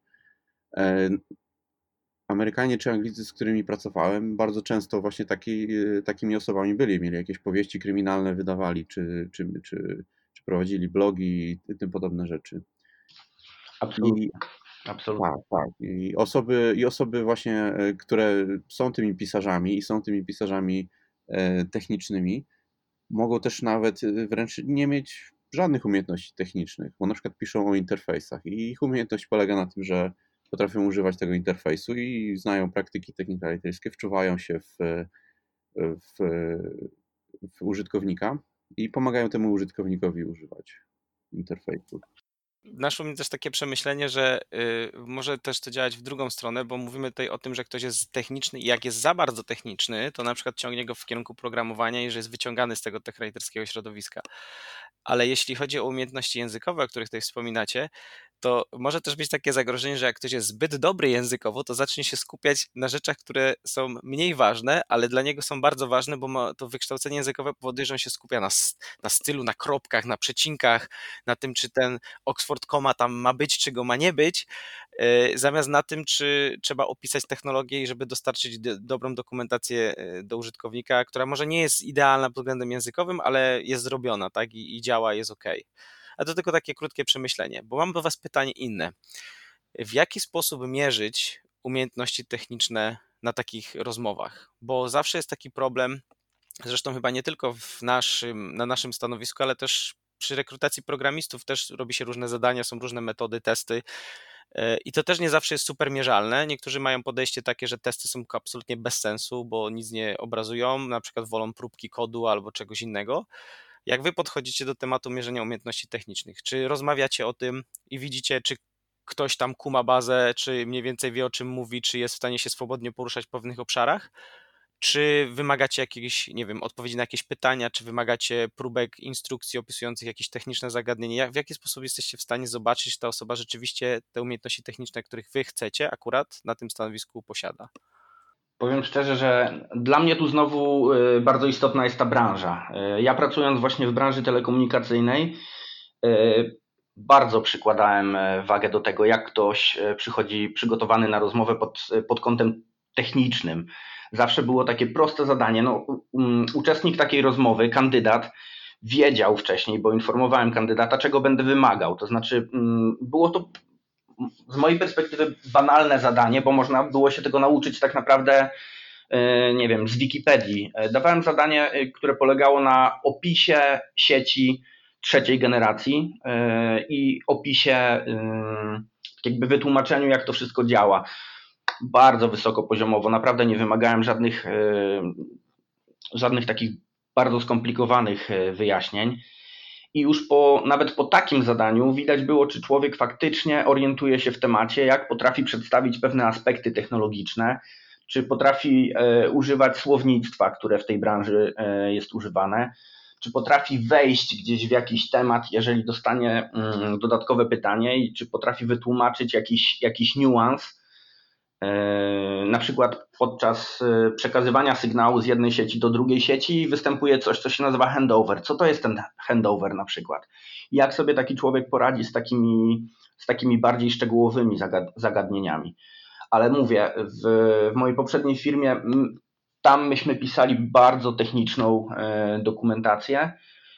Amerykanie czy Anglicy, z którymi pracowałem, bardzo często właśnie taki, takimi osobami byli. Mieli jakieś powieści kryminalne, wydawali, czy, czy, czy, czy prowadzili blogi i tym podobne rzeczy. Absolutnie. I, Absolutnie. tak, tak. I osoby, I osoby właśnie, które są tymi pisarzami i są tymi pisarzami technicznymi, mogą też nawet wręcz nie mieć żadnych umiejętności technicznych, bo na przykład piszą o interfejsach i ich umiejętność polega na tym, że potrafią używać tego interfejsu i znają praktyki technika writerskie, wczuwają się w, w, w użytkownika i pomagają temu użytkownikowi używać interfejsu. Naszło mi też takie przemyślenie, że y, może też to działać w drugą stronę, bo mówimy tutaj o tym, że ktoś jest techniczny i jak jest za bardzo techniczny, to na przykład ciągnie go w kierunku programowania i że jest wyciągany z tego techwriterskiego środowiska. Ale jeśli chodzi o umiejętności językowe, o których tutaj wspominacie, to może też być takie zagrożenie, że jak ktoś jest zbyt dobry językowo, to zacznie się skupiać na rzeczach, które są mniej ważne, ale dla niego są bardzo ważne, bo ma to wykształcenie językowe powoduje, że on się skupia na, na stylu, na kropkach, na przecinkach, na tym, czy ten Oxford support koma tam ma być, czy go ma nie być, e, zamiast na tym, czy trzeba opisać technologię i żeby dostarczyć d- dobrą dokumentację e, do użytkownika, która może nie jest idealna pod względem językowym, ale jest zrobiona, tak, i, i działa, jest ok. A to tylko takie krótkie przemyślenie, bo mam do Was pytanie inne. W jaki sposób mierzyć umiejętności techniczne na takich rozmowach? Bo zawsze jest taki problem, zresztą chyba nie tylko w naszym, na naszym stanowisku, ale też przy rekrutacji programistów też robi się różne zadania, są różne metody, testy e, i to też nie zawsze jest super mierzalne. Niektórzy mają podejście takie, że testy są absolutnie bez sensu, bo nic nie obrazują, na przykład wolą próbki kodu albo czegoś innego. Jak wy podchodzicie do tematu mierzenia umiejętności technicznych? Czy rozmawiacie o tym i widzicie, czy ktoś tam kuma bazę, czy mniej więcej wie, o czym mówi, czy jest w stanie się swobodnie poruszać w pewnych obszarach? Czy wymagacie jakiejś, nie wiem, odpowiedzi na jakieś pytania, czy wymagacie próbek instrukcji opisujących jakieś techniczne zagadnienie? Jak, w jaki sposób jesteście w stanie zobaczyć, czy ta osoba rzeczywiście te umiejętności techniczne, których wy chcecie, akurat na tym stanowisku posiada? Powiem szczerze, że dla mnie tu znowu y, bardzo istotna jest ta branża. Y, Ja pracując właśnie w branży telekomunikacyjnej, y, bardzo przykładałem y, wagę do tego, jak ktoś y, przychodzi przygotowany na rozmowę pod, pod kątem technicznym. Zawsze było takie proste zadanie. No, um, uczestnik takiej rozmowy, kandydat, wiedział wcześniej, bo informowałem kandydata, czego będę wymagał. To znaczy, um, było to z mojej perspektywy banalne zadanie, bo można było się tego nauczyć tak naprawdę, nie wiem, z Wikipedii. Dawałem zadanie, które polegało na opisie sieci trzeciej generacji i opisie, jakby wytłumaczeniu, jak to wszystko działa. Bardzo wysokopoziomowo, naprawdę nie wymagałem żadnych, żadnych takich bardzo skomplikowanych wyjaśnień. I już po, nawet po takim zadaniu widać było, czy człowiek faktycznie orientuje się w temacie, jak potrafi przedstawić pewne aspekty technologiczne, czy potrafi e, używać słownictwa, które w tej branży e, jest używane, czy potrafi wejść gdzieś w jakiś temat, jeżeli dostanie mm, dodatkowe pytanie, i czy potrafi wytłumaczyć jakiś, jakiś niuans. Na przykład podczas przekazywania sygnału z jednej sieci do drugiej sieci występuje coś, co się nazywa handover. Co to jest ten handover na przykład? Jak sobie taki człowiek poradzi z takimi, z takimi bardziej szczegółowymi zagadnieniami? Ale mówię, w, w mojej poprzedniej firmie, tam myśmy pisali bardzo techniczną dokumentację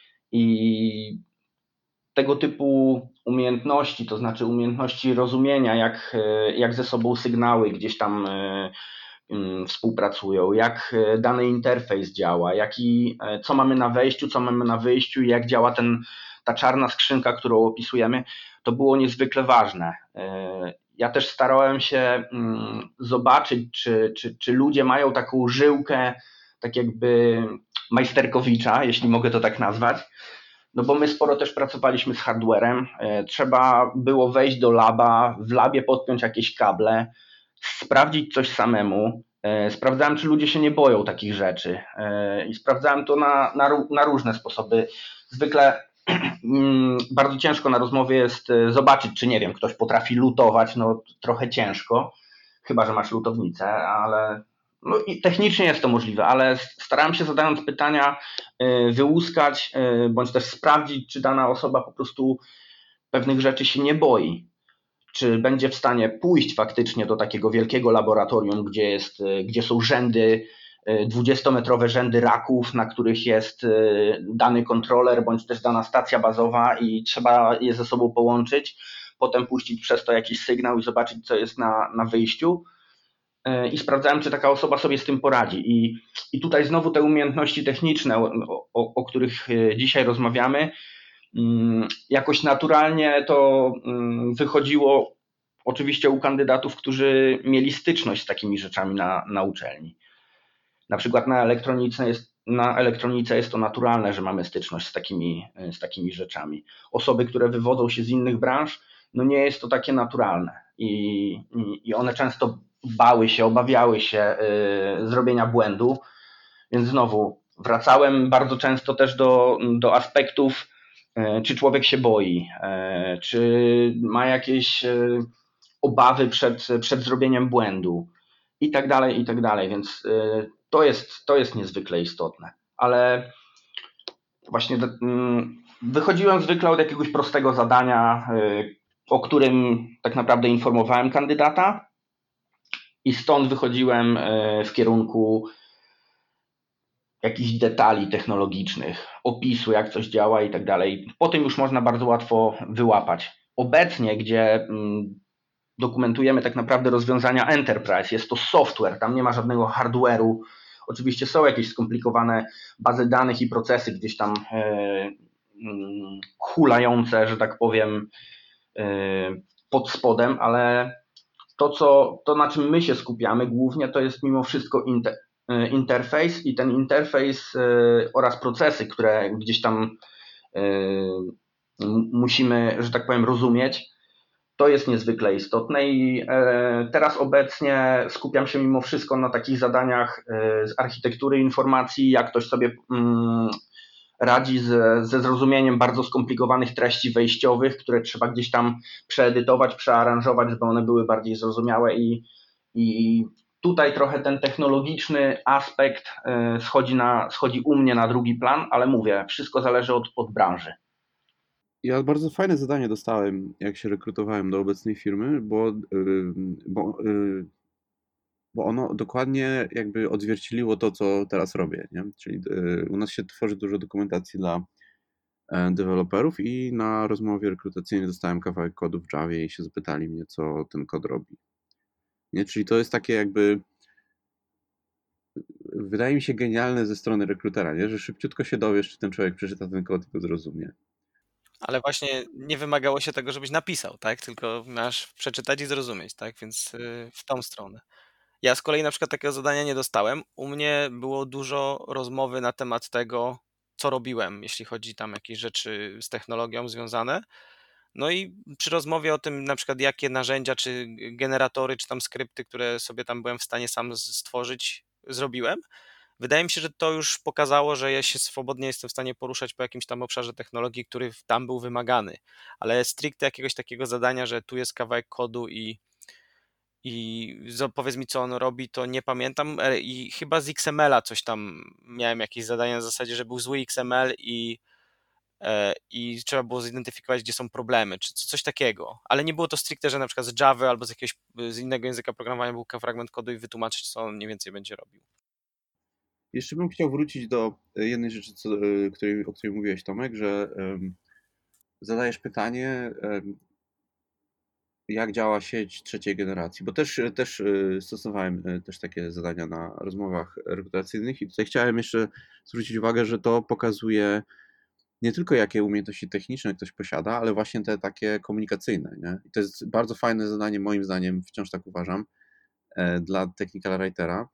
i tego typu umiejętności, to znaczy umiejętności rozumienia, jak, jak ze sobą sygnały gdzieś tam współpracują, jak dany interfejs działa, jaki, co mamy na wejściu, co mamy na wyjściu i jak działa ten, ta czarna skrzynka, którą opisujemy, to było niezwykle ważne. Ja też starałem się zobaczyć, czy, czy, czy ludzie mają taką żyłkę, tak jakby majsterkowicza, jeśli mogę to tak nazwać. No bo my sporo też pracowaliśmy z hardwarem, trzeba było wejść do laba, w labie podpiąć jakieś kable, sprawdzić coś samemu. Sprawdzałem, czy ludzie się nie boją takich rzeczy i sprawdzałem to na, na, na różne sposoby. Zwykle bardzo ciężko na rozmowie jest zobaczyć, czy nie wiem, ktoś potrafi lutować, no trochę ciężko, chyba że masz lutownicę, ale no i technicznie jest to możliwe, ale starałem się, zadając pytania, wyłuskać bądź też sprawdzić, czy dana osoba po prostu pewnych rzeczy się nie boi, czy będzie w stanie pójść faktycznie do takiego wielkiego laboratorium, gdzie, jest, gdzie są rzędy, dwudziestometrowe rzędy raków, na których jest dany kontroler bądź też dana stacja bazowa i trzeba je ze sobą połączyć, potem puścić przez to jakiś sygnał i zobaczyć, co jest na, na wyjściu. I sprawdzałem, czy taka osoba sobie z tym poradzi. I, i tutaj znowu te umiejętności techniczne, o, o, o których dzisiaj rozmawiamy, jakoś naturalnie to wychodziło oczywiście u kandydatów, którzy mieli styczność z takimi rzeczami na, na uczelni. Na przykład na elektronice, jest, na elektronice jest to naturalne, że mamy styczność z takimi, z takimi rzeczami. Osoby, które wywodzą się z innych branż, no nie jest to takie naturalne. I, i, i one często bały się, obawiały się y, zrobienia błędu, więc znowu wracałem bardzo często też do, do aspektów, y, czy człowiek się boi, y, czy ma jakieś y, obawy przed, przed zrobieniem błędu i tak dalej, i tak dalej, więc y, to jest, to jest niezwykle istotne, ale właśnie y, wychodziłem zwykle od jakiegoś prostego zadania, o którym tak naprawdę informowałem kandydata i stąd wychodziłem w kierunku jakichś detali technologicznych, opisu, jak coś działa i tak dalej. Po tym już można bardzo łatwo wyłapać. Obecnie, gdzie dokumentujemy tak naprawdę rozwiązania enterprise, jest to software, tam nie ma żadnego hardware'u. Oczywiście są jakieś skomplikowane bazy danych i procesy gdzieś tam e, hulające, że tak powiem, e, pod spodem, ale to, co, to, na czym my się skupiamy głównie, to jest mimo wszystko inter, interfejs i ten interfejs e, oraz procesy, które gdzieś tam e, musimy, że tak powiem, rozumieć. To jest niezwykle istotne i teraz obecnie skupiam się mimo wszystko na takich zadaniach z architektury informacji, jak ktoś sobie radzi ze, ze zrozumieniem bardzo skomplikowanych treści wejściowych, które trzeba gdzieś tam przeedytować, przearanżować, żeby one były bardziej zrozumiałe i, i tutaj trochę ten technologiczny aspekt schodzi, na, schodzi u mnie na drugi plan, ale mówię, wszystko zależy od, od branży. Ja bardzo fajne zadanie dostałem, jak się rekrutowałem do obecnej firmy, bo, bo, bo ono dokładnie jakby odzwierciedliło to, co teraz robię, nie? Czyli u nas się tworzy dużo dokumentacji dla deweloperów i na rozmowie rekrutacyjnej dostałem kawałek kodu w Javie i się zapytali mnie, co ten kod robi. Nie? Czyli to jest takie jakby, wydaje mi się, genialne ze strony rekrutera, nie? Że szybciutko się dowiesz, czy ten człowiek przeczyta ten kod i go zrozumie. Ale właśnie nie wymagało się tego, żebyś napisał, tak? Tylko masz przeczytać i zrozumieć, tak? Więc w tą stronę. Ja z kolei na przykład takiego zadania nie dostałem. U mnie było dużo rozmowy na temat tego, co robiłem, jeśli chodzi tam jakieś rzeczy z technologią związane. No i przy rozmowie o tym na przykład jakie narzędzia, czy generatory, czy tam skrypty, które sobie tam byłem w stanie sam stworzyć, zrobiłem. Wydaje mi się, że to już pokazało, że ja się swobodnie jestem w stanie poruszać po jakimś tam obszarze technologii, który tam był wymagany. Ale stricte jakiegoś takiego zadania, że tu jest kawałek kodu i, i powiedz mi, co on robi, to nie pamiętam. I chyba z X M L a coś tam miałem jakieś zadanie na zasadzie, że był zły X M L i, i trzeba było zidentyfikować, gdzie są problemy, czy coś takiego. Ale nie było to stricte, że na przykład z Java albo z jakiegoś z innego języka programowania był fragment kodu i wytłumaczyć, co on mniej więcej będzie robił. Jeszcze bym chciał wrócić do jednej rzeczy, co, której, o której mówiłeś, Tomek, że um, zadajesz pytanie, um, jak działa sieć trzeciej generacji, bo też, też stosowałem też takie zadania na rozmowach rekrutacyjnych i tutaj chciałem jeszcze zwrócić uwagę, że to pokazuje nie tylko jakie umiejętności techniczne ktoś posiada, ale właśnie te takie komunikacyjne, nie? I to jest bardzo fajne zadanie, moim zdaniem, wciąż tak uważam, dla technical writera.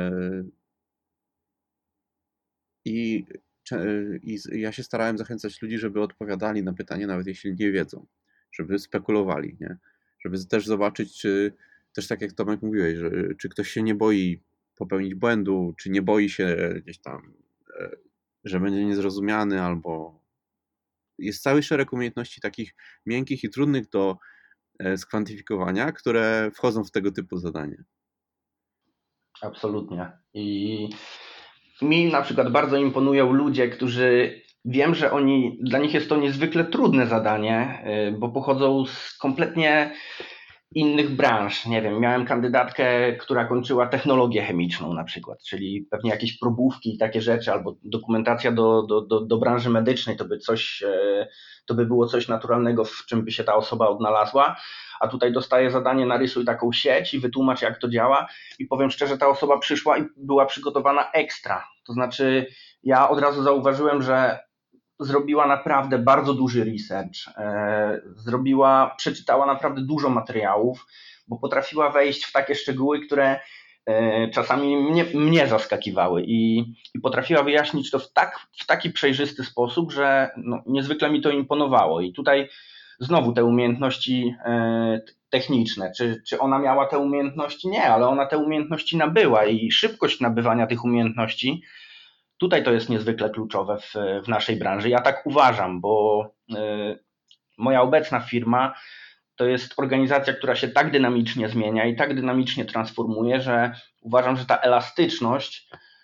I, I ja się starałem zachęcać ludzi, żeby odpowiadali na pytanie, nawet jeśli nie wiedzą, żeby spekulowali, nie? Żeby też zobaczyć, czy też tak jak Tomek mówiłeś, że, czy ktoś się nie boi popełnić błędu, czy nie boi się gdzieś tam, że będzie niezrozumiany, albo jest cały szereg umiejętności takich miękkich i trudnych do skwantyfikowania, które wchodzą w tego typu zadanie. Absolutnie. I mi na przykład bardzo imponują ludzie, którzy wiem, że oni, dla nich jest to niezwykle trudne zadanie, bo pochodzą z kompletnie innych branż. Nie wiem, miałem kandydatkę, która kończyła technologię chemiczną na przykład, czyli pewnie jakieś probówki i takie rzeczy, albo dokumentacja do, do, do, do branży medycznej, to by coś, to by było coś naturalnego, w czym by się ta osoba odnalazła, a tutaj dostaje zadanie, narysuj taką sieć i wytłumacz, jak to działa i powiem szczerze, ta osoba przyszła i była przygotowana ekstra. To znaczy ja od razu zauważyłem, że zrobiła naprawdę bardzo duży research, zrobiła, przeczytała naprawdę dużo materiałów, bo potrafiła wejść w takie szczegóły, które czasami mnie, mnie zaskakiwały i, i potrafiła wyjaśnić to w, tak, w taki przejrzysty sposób, że no, niezwykle mi to imponowało i tutaj znowu te umiejętności techniczne, czy, czy ona miała te umiejętności? Nie, ale ona te umiejętności nabyła i szybkość nabywania tych umiejętności tutaj to jest niezwykle kluczowe w, w naszej branży. Ja tak uważam, bo y, moja obecna firma to jest organizacja, która się tak dynamicznie zmienia i tak dynamicznie transformuje, że uważam, że ta elastyczność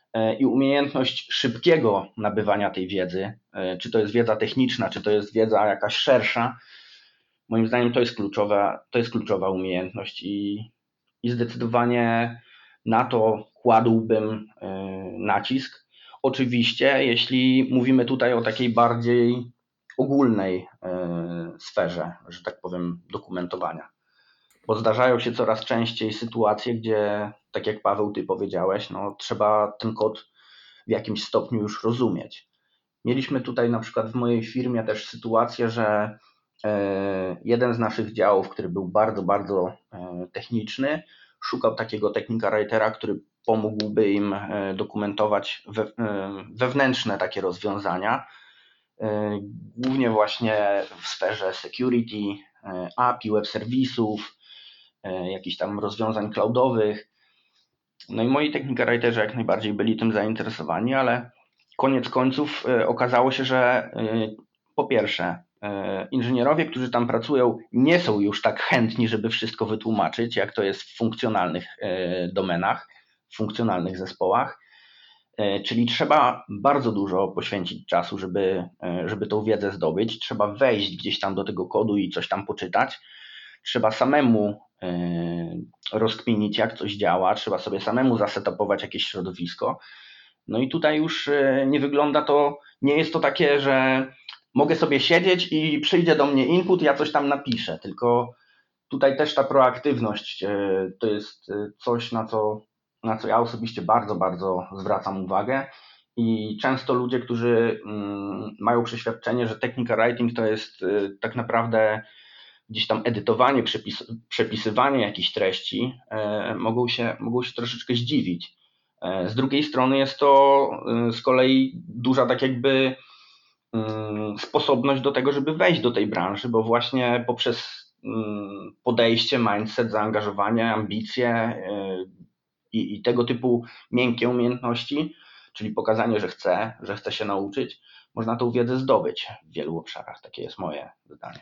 i umiejętność szybkiego nabywania tej wiedzy, czy to jest wiedza techniczna, czy to jest wiedza jakaś szersza, moim zdaniem to jest kluczowa, to jest kluczowa umiejętność i, i zdecydowanie na to kładłbym nacisk. Oczywiście, jeśli mówimy tutaj o takiej bardziej ogólnej sferze, że tak powiem, dokumentowania. Bo zdarzają się coraz częściej sytuacje, gdzie, tak jak Paweł, ty powiedziałeś, no, trzeba ten kod w jakimś stopniu już rozumieć. Mieliśmy tutaj na przykład w mojej firmie też sytuację, że jeden z naszych działów, który był bardzo, bardzo techniczny, szukał takiego technika writera, który pomógłby im dokumentować we, wewnętrzne takie rozwiązania, głównie właśnie w sferze security, A P I, web serwisów, jakichś tam rozwiązań cloudowych. No i moi technika writerzy jak najbardziej byli tym zainteresowani, ale koniec końców okazało się, że po pierwsze inżynierowie, którzy tam pracują, nie są już tak chętni, żeby wszystko wytłumaczyć, jak to jest w funkcjonalnych domenach, w funkcjonalnych zespołach. Czyli trzeba bardzo dużo poświęcić czasu, żeby, żeby tą wiedzę zdobyć. Trzeba wejść gdzieś tam do tego kodu i coś tam poczytać. Trzeba samemu rozkminić, jak coś działa. Trzeba sobie samemu zasetapować jakieś środowisko. No i tutaj już nie wygląda to, nie jest to takie, że mogę sobie siedzieć i przyjdzie do mnie input, ja coś tam napiszę, tylko tutaj też ta proaktywność to jest coś, na co, na co ja osobiście bardzo, bardzo zwracam uwagę i często ludzie, którzy mają przeświadczenie, że technical writing to jest tak naprawdę gdzieś tam edytowanie, przepis, przepisywanie jakichś treści, mogą się, mogą się troszeczkę zdziwić. Z drugiej strony jest to z kolei duża tak jakby sposobność do tego, żeby wejść do tej branży, bo właśnie poprzez podejście, mindset, zaangażowanie, ambicje i, i tego typu miękkie umiejętności, czyli pokazanie, że chcę, że chcę się nauczyć, można tą wiedzę zdobyć w wielu obszarach. Takie jest moje zdanie.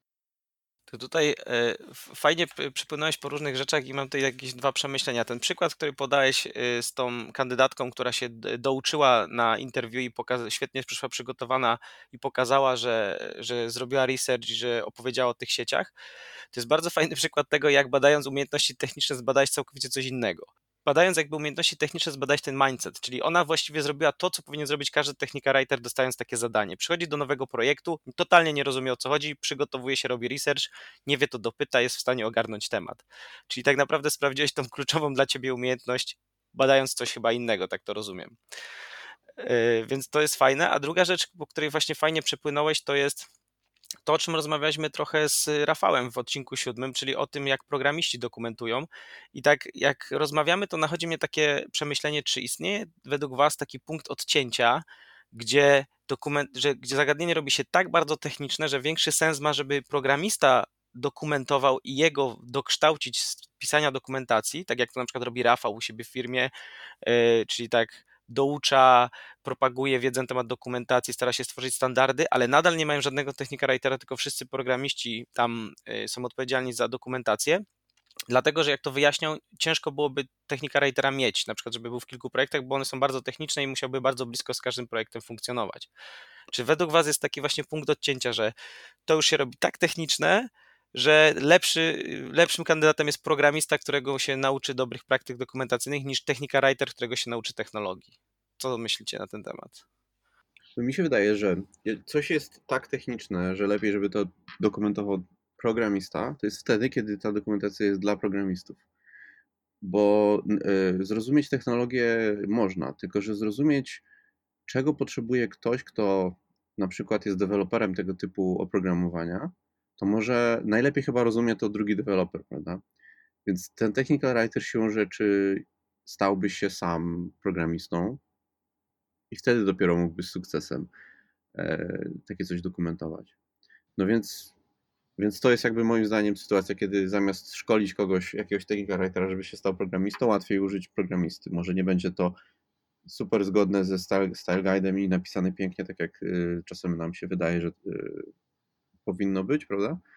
To tutaj fajnie przypłynąłeś po różnych rzeczach i mam tutaj jakieś dwa przemyślenia. Ten przykład, który podałeś z tą kandydatką, która się douczyła na interwiu i pokaza- świetnie przyszła przygotowana i pokazała, że, że zrobiła research i że opowiedziała o tych sieciach, to jest bardzo fajny przykład tego, jak badając umiejętności techniczne zbadałeś całkowicie coś innego. Badając jakby umiejętności techniczne, zbadać ten mindset, czyli ona właściwie zrobiła to, co powinien zrobić każdy technika writer, dostając takie zadanie. Przychodzi do nowego projektu, totalnie nie rozumie, o co chodzi, przygotowuje się, robi research, nie wie, to dopyta, jest w stanie ogarnąć temat. Czyli tak naprawdę sprawdziłeś tą kluczową dla ciebie umiejętność, badając coś chyba innego, tak to rozumiem. Yy, więc to jest fajne. A druga rzecz, po której właśnie fajnie przepłynąłeś, to jest to, o czym rozmawialiśmy trochę z Rafałem w odcinku siódmym, czyli o tym, jak programiści dokumentują. I tak jak rozmawiamy, to nachodzi mnie takie przemyślenie, czy istnieje według was taki punkt odcięcia, gdzie, dokument, że, gdzie zagadnienie robi się tak bardzo techniczne, że większy sens ma, żeby programista dokumentował i jego dokształcić z pisania dokumentacji, tak jak to na przykład robi Rafał u siebie w firmie, yy, czyli tak doucza, propaguje wiedzę na temat dokumentacji, stara się stworzyć standardy, ale nadal nie mają żadnego technika writera, tylko wszyscy programiści tam są odpowiedzialni za dokumentację, dlatego, że jak to wyjaśniał, ciężko byłoby technika writera mieć, na przykład, żeby był w kilku projektach, bo one są bardzo techniczne i musiałby bardzo blisko z każdym projektem funkcjonować. Czy według was jest taki właśnie punkt odcięcia, że to już się robi tak techniczne, że lepszy, lepszym kandydatem jest programista, którego się nauczy dobrych praktyk dokumentacyjnych, niż technika writer, którego się nauczy technologii? Co myślicie na ten temat? Mi się wydaje, że coś jest tak techniczne, że lepiej, żeby to dokumentował programista, to jest wtedy, kiedy ta dokumentacja jest dla programistów. Bo y, zrozumieć technologię można, tylko że zrozumieć, czego potrzebuje ktoś, kto na przykład jest deweloperem tego typu oprogramowania, to może najlepiej chyba rozumie to drugi deweloper, prawda? Więc ten technical writer siłą rzeczy stałby się sam programistą i wtedy dopiero mógłby z sukcesem e, takie coś dokumentować. No więc, więc to jest jakby moim zdaniem sytuacja, kiedy zamiast szkolić kogoś, jakiegoś technical writera, żeby się stał programistą, łatwiej użyć programisty. Może nie będzie to super zgodne ze style, style guide'em i napisane pięknie, tak jak y, czasem nam się wydaje, że y, powinno być, prawda?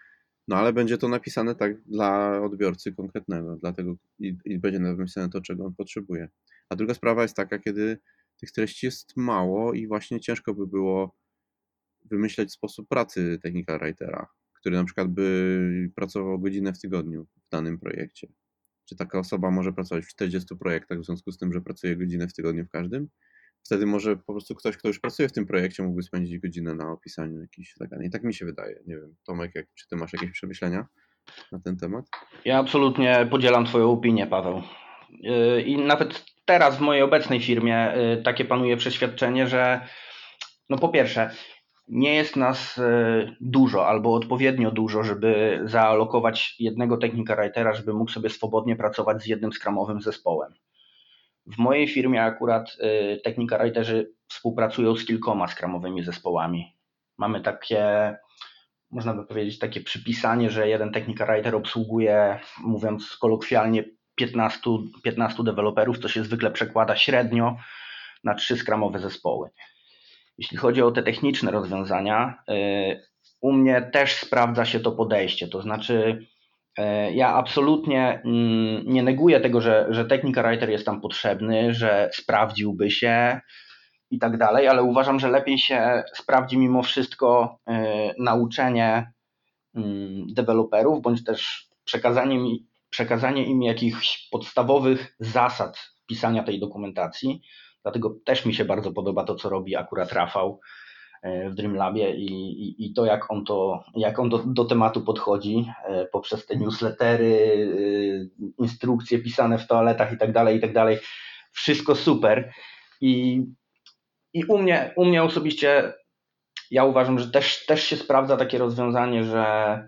No ale będzie to napisane tak dla odbiorcy konkretnego, dlatego i, i będzie napisane to, czego on potrzebuje. A druga sprawa jest taka, kiedy tych treści jest mało i właśnie ciężko by było wymyśleć sposób pracy technical writera, który na przykład by pracował godzinę w tygodniu w danym projekcie. Czy taka osoba może pracować w czterdziestu projektach w związku z tym, że pracuje godzinę w tygodniu w każdym? Wtedy może po prostu ktoś, kto już pracuje w tym projekcie, mógłby spędzić godzinę na opisaniu jakichś zagadnień. Tak mi się wydaje. Nie wiem, Tomek, jak, czy ty masz jakieś przemyślenia na ten temat? Ja absolutnie podzielam Twoją opinię, Paweł. Yy, I nawet teraz w mojej obecnej firmie yy, takie panuje przeświadczenie, że no po pierwsze, nie jest nas yy, dużo albo odpowiednio dużo, żeby zaalokować jednego technika writera, żeby mógł sobie swobodnie pracować z jednym skramowym zespołem. W mojej firmie akurat yy, technika writerzy współpracują z kilkoma skramowymi zespołami. Mamy takie, można by powiedzieć, takie przypisanie, że jeden technical writer obsługuje, mówiąc kolokwialnie, piętnastu, piętnastu deweloperów, co się zwykle przekłada średnio na trzy skramowe zespoły. Jeśli chodzi o te techniczne rozwiązania, u mnie też sprawdza się to podejście, to znaczy ja absolutnie nie neguję tego, że, że technical writer jest tam potrzebny, że sprawdziłby się i tak dalej, ale uważam, że lepiej się sprawdzi mimo wszystko nauczenie deweloperów, bądź też przekazanie, mi, przekazanie im jakichś podstawowych zasad pisania tej dokumentacji. Dlatego też mi się bardzo podoba to, co robi akurat Rafał w Dreamlabie i, i, i to, jak on, to, jak on do, do tematu podchodzi poprzez te newslettery, instrukcje pisane w toaletach i tak dalej, i tak dalej. Wszystko super. I, i u mnie, u mnie osobiście ja uważam, że też, też się sprawdza takie rozwiązanie, że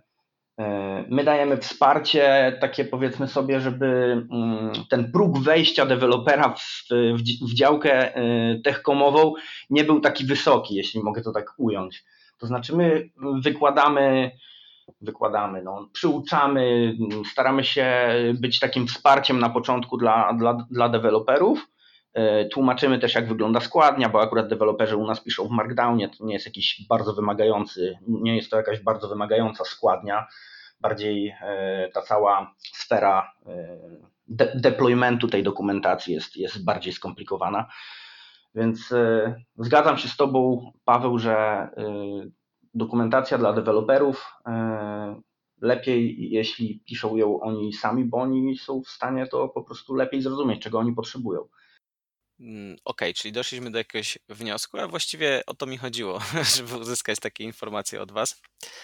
my dajemy wsparcie takie, powiedzmy sobie, żeby ten próg wejścia dewelopera w, w, w działkę techkomową nie był taki wysoki, jeśli mogę to tak ująć. To znaczy my wykładamy, wykładamy, no, przyuczamy, staramy się być takim wsparciem na początku dla, dla, dla deweloperów. Tłumaczymy też, jak wygląda składnia, bo akurat deweloperzy u nas piszą w Markdownie, to nie jest jakiś bardzo wymagający, nie jest to jakaś bardzo wymagająca składnia, bardziej ta cała sfera de- deploymentu tej dokumentacji jest, jest bardziej skomplikowana. Więc zgadzam się z Tobą, Paweł, że dokumentacja dla deweloperów lepiej, jeśli piszą ją oni sami, bo oni są w stanie to po prostu lepiej zrozumieć, czego oni potrzebują. Okej, okay, czyli doszliśmy do jakiegoś wniosku, a właściwie o to mi chodziło, żeby uzyskać takie informacje od Was.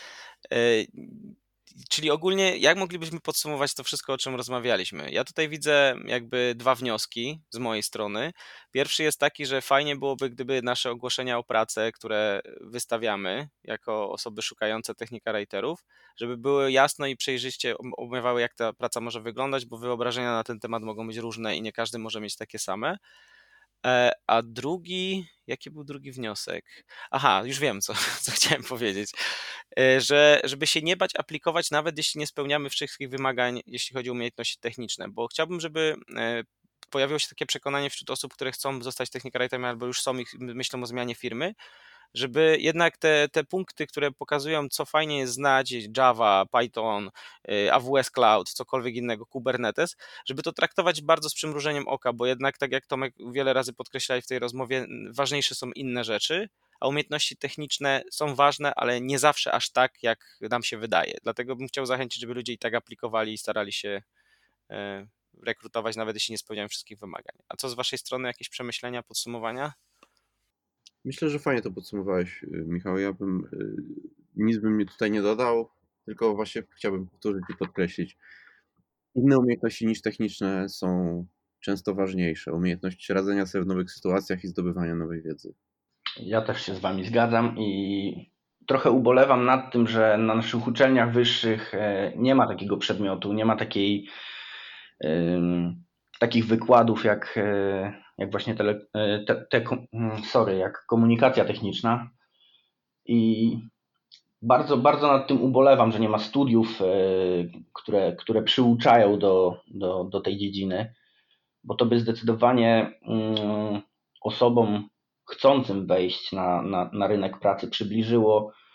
Czyli ogólnie, jak moglibyśmy podsumować to wszystko, o czym rozmawialiśmy? Ja tutaj widzę jakby dwa wnioski z mojej strony. Pierwszy jest taki, że fajnie byłoby, gdyby nasze ogłoszenia o pracę, które wystawiamy jako osoby szukające technika writerów, żeby były jasno i przejrzyście omówiały, jak ta praca może wyglądać, bo wyobrażenia na ten temat mogą być różne i nie każdy może mieć takie same. A drugi, jaki był drugi wniosek? Aha, już wiem, co, co chciałem powiedzieć, że żeby się nie bać aplikować, nawet jeśli nie spełniamy wszystkich wymagań, jeśli chodzi o umiejętności techniczne, bo chciałbym, żeby pojawiło się takie przekonanie wśród osób, które chcą zostać technical writerami albo już są i myślą o zmianie firmy, żeby jednak te, te punkty, które pokazują, co fajnie jest znać, Java, Python, A W S Cloud, cokolwiek innego, Kubernetes, żeby to traktować bardzo z przymrużeniem oka, bo jednak, tak jak Tomek wiele razy podkreślali w tej rozmowie, ważniejsze są inne rzeczy, a umiejętności techniczne są ważne, ale nie zawsze aż tak, jak nam się wydaje. Dlatego bym chciał zachęcić, żeby ludzie i tak aplikowali i starali się rekrutować, nawet jeśli nie spełniają wszystkich wymagań. A co z Waszej strony, jakieś przemyślenia, podsumowania? Myślę, że fajnie to podsumowałeś, Michał. Ja bym nic bym mi tutaj nie dodał, tylko właśnie chciałbym powtórzyć i podkreślić. Inne umiejętności niż techniczne są często ważniejsze. Umiejętność radzenia sobie w nowych sytuacjach i zdobywania nowej wiedzy. Ja też się z Wami zgadzam i trochę ubolewam nad tym, że na naszych uczelniach wyższych nie ma takiego przedmiotu, nie ma takiej, um, takich wykładów jak, jak właśnie tele, te, te, sorry, jak komunikacja techniczna i bardzo, bardzo nad tym ubolewam, że nie ma studiów, które, które przyuczają do, do, do tej dziedziny, bo to by zdecydowanie um, osobom chcącym wejść na, na, na rynek pracy przybliżyło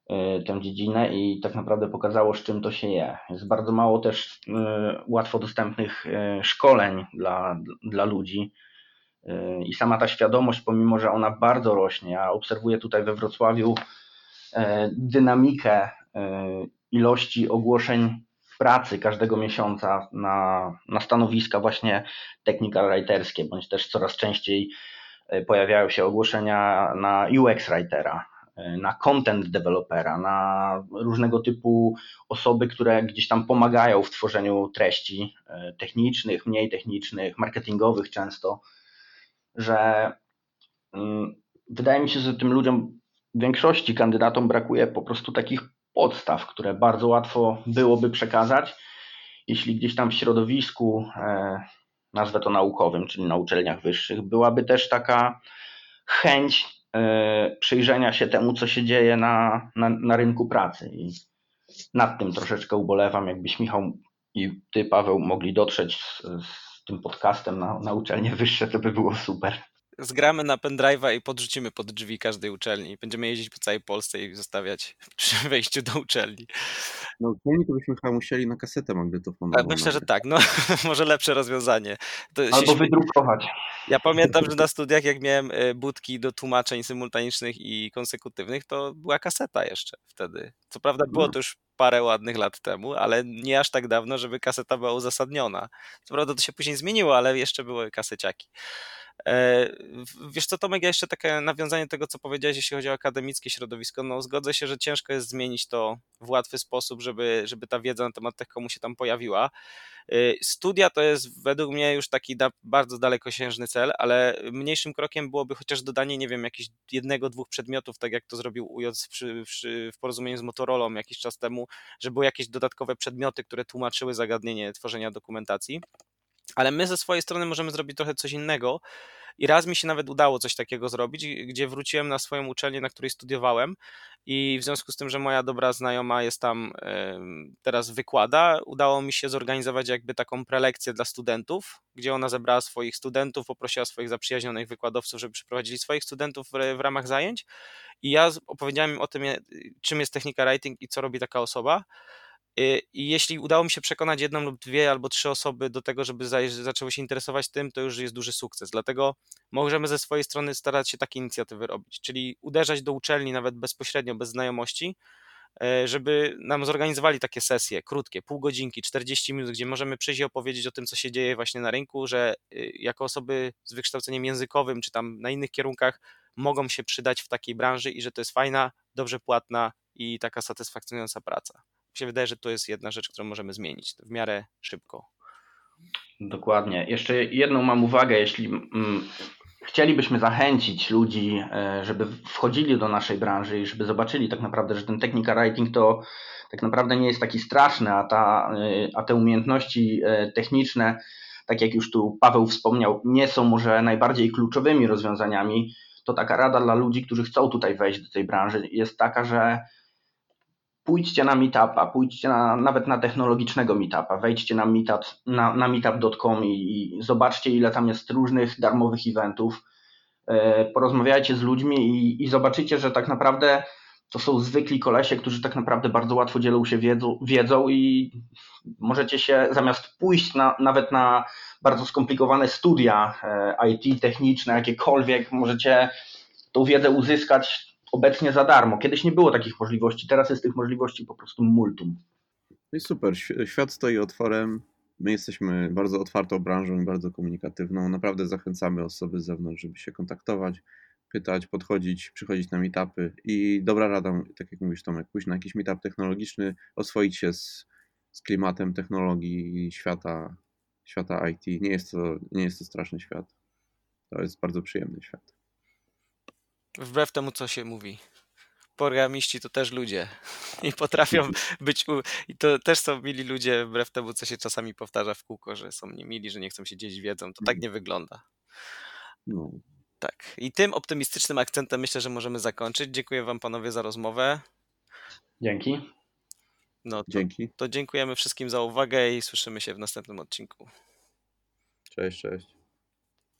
y, tę dziedzinę i tak naprawdę pokazało, z czym to się je. Jest bardzo mało też y, łatwo dostępnych y, szkoleń dla, dla ludzi. Y, I sama ta świadomość, pomimo że ona bardzo rośnie, ja obserwuję tutaj we Wrocławiu y, dynamikę y, ilości ogłoszeń pracy każdego miesiąca na, na stanowiska właśnie technical writerskie, bądź też coraz częściej y, pojawiają się ogłoszenia na U X writera, y, na content developera, na różnego typu osoby, które gdzieś tam pomagają w tworzeniu treści y, technicznych, mniej technicznych, marketingowych często, że mm, wydaje mi się, że tym ludziom, większości kandydatom brakuje po prostu takich podstaw, które bardzo łatwo byłoby przekazać, jeśli gdzieś tam w środowisku, e, nazwę to naukowym, czyli na uczelniach wyższych, byłaby też taka chęć e, przyjrzenia się temu, co się dzieje na, na, na rynku pracy. I nad tym troszeczkę ubolewam, jakbyś Michał i ty, Paweł, mogli dotrzeć z, z tym podcastem na, na uczelnie wyższe, to by było super. Zgramy na pendrive'a i podrzucimy pod drzwi każdej uczelni. Będziemy jeździć po całej Polsce i zostawiać przy wejściu do uczelni. No uczelni to byśmy chyba musieli na kasetę magnetofonową. Myślę, że nagrać. tak. No, może lepsze rozwiązanie. To się Albo śmie- wydrukować. Ja pamiętam, że na studiach, jak miałem e, budki do tłumaczeń symultanicznych i konsekutywnych, to była kaseta jeszcze wtedy. Co prawda było No. to już parę ładnych lat temu, ale nie aż tak dawno, żeby kaseta była uzasadniona. Co prawda to się później zmieniło, ale jeszcze były kaseciaki. E, w- Wiesz co, Tomek, ja jeszcze takie nawiązanie do tego, co powiedziałeś, jeśli chodzi o akademickie środowisko, no zgodzę się, że ciężko jest zmienić to w łatwy sposób, żeby, żeby ta wiedza na temat tych komu się tam pojawiła. Y, Studia to jest według mnie już taki da, bardzo dalekosiężny cel, ale mniejszym krokiem byłoby chociaż dodanie, nie wiem, jakichś jednego, dwóch przedmiotów, tak jak to zrobił U J przy, przy, w porozumieniu z Motorolą jakiś czas temu, że były jakieś dodatkowe przedmioty, które tłumaczyły zagadnienie tworzenia dokumentacji. Ale my ze swojej strony możemy zrobić trochę coś innego i raz mi się nawet udało coś takiego zrobić, gdzie wróciłem na swoją uczelnię, na której studiowałem i w związku z tym, że moja dobra znajoma jest tam em, teraz wykłada, udało mi się zorganizować jakby taką prelekcję dla studentów, gdzie ona zebrała swoich studentów, poprosiła swoich zaprzyjaźnionych wykładowców, żeby przyprowadzili swoich studentów w, w ramach zajęć i ja z- opowiedziałem im o tym, je- czym jest technika writing i co robi taka osoba. Y, I jeśli udało mi się przekonać jedną lub dwie albo trzy osoby do tego, żeby zaj- zaczęły się interesować tym, to już jest duży sukces. Dlatego możemy ze swojej strony starać się takie inicjatywy robić, czyli uderzać do uczelni nawet bezpośrednio, bez znajomości, e, żeby nam zorganizowali takie sesje krótkie, pół godzinki, czterdzieści minut, gdzie możemy przyjść i opowiedzieć o tym, co się dzieje właśnie na rynku, że y, jako osoby z wykształceniem językowym czy tam na innych kierunkach mogą się przydać w takiej branży i że to jest fajna, dobrze płatna i taka satysfakcjonująca praca. Mi się wydaje, że to jest jedna rzecz, którą możemy zmienić w miarę szybko. Dokładnie. Jeszcze jedną mam uwagę, jeśli mm, chcielibyśmy zachęcić ludzi, e, żeby wchodzili do naszej branży i żeby zobaczyli tak naprawdę, że ten technical writing to tak naprawdę nie jest taki straszny, a, ta, e, a te umiejętności e, techniczne, tak jak już tu Paweł wspomniał, nie są może najbardziej kluczowymi rozwiązaniami, to taka rada dla ludzi, którzy chcą tutaj wejść do tej branży jest taka, że pójdźcie na meetupa, pójdźcie na, nawet na technologicznego meetupa, wejdźcie na meetup, na, na meetup kropka com i, i zobaczcie, ile tam jest różnych darmowych eventów. E, Porozmawiajcie z ludźmi i, i zobaczycie, że tak naprawdę to są zwykli kolesie, którzy tak naprawdę bardzo łatwo dzielą się wiedzą, wiedzą i możecie się zamiast pójść na, nawet na bardzo skomplikowane studia e, I T techniczne, jakiekolwiek, możecie tą wiedzę uzyskać obecnie za darmo. Kiedyś nie było takich możliwości, teraz jest tych możliwości po prostu multum. No i super, świ- świat stoi otworem. My jesteśmy bardzo otwartą branżą i bardzo komunikatywną. Naprawdę zachęcamy osoby z zewnątrz, żeby się kontaktować, pytać, podchodzić, przychodzić na meetupy. I dobra rada, tak jak mówisz Tomek, pójść na jakiś meetup technologiczny, oswoić się z, z klimatem technologii i świata, świata I T. Nie jest to, nie jest to straszny świat. To jest bardzo przyjemny świat. Wbrew temu, co się mówi. Programiści to też ludzie i potrafią być, u... i to też są mili ludzie, wbrew temu, co się czasami powtarza w kółko, że są niemili, że nie chcą się dzielić wiedzą. To tak nie wygląda. No. Tak. I tym optymistycznym akcentem myślę, że możemy zakończyć. Dziękuję wam panowie za rozmowę. Dzięki. No to, Dzięki. to dziękujemy wszystkim za uwagę i słyszymy się w następnym odcinku. Cześć, cześć.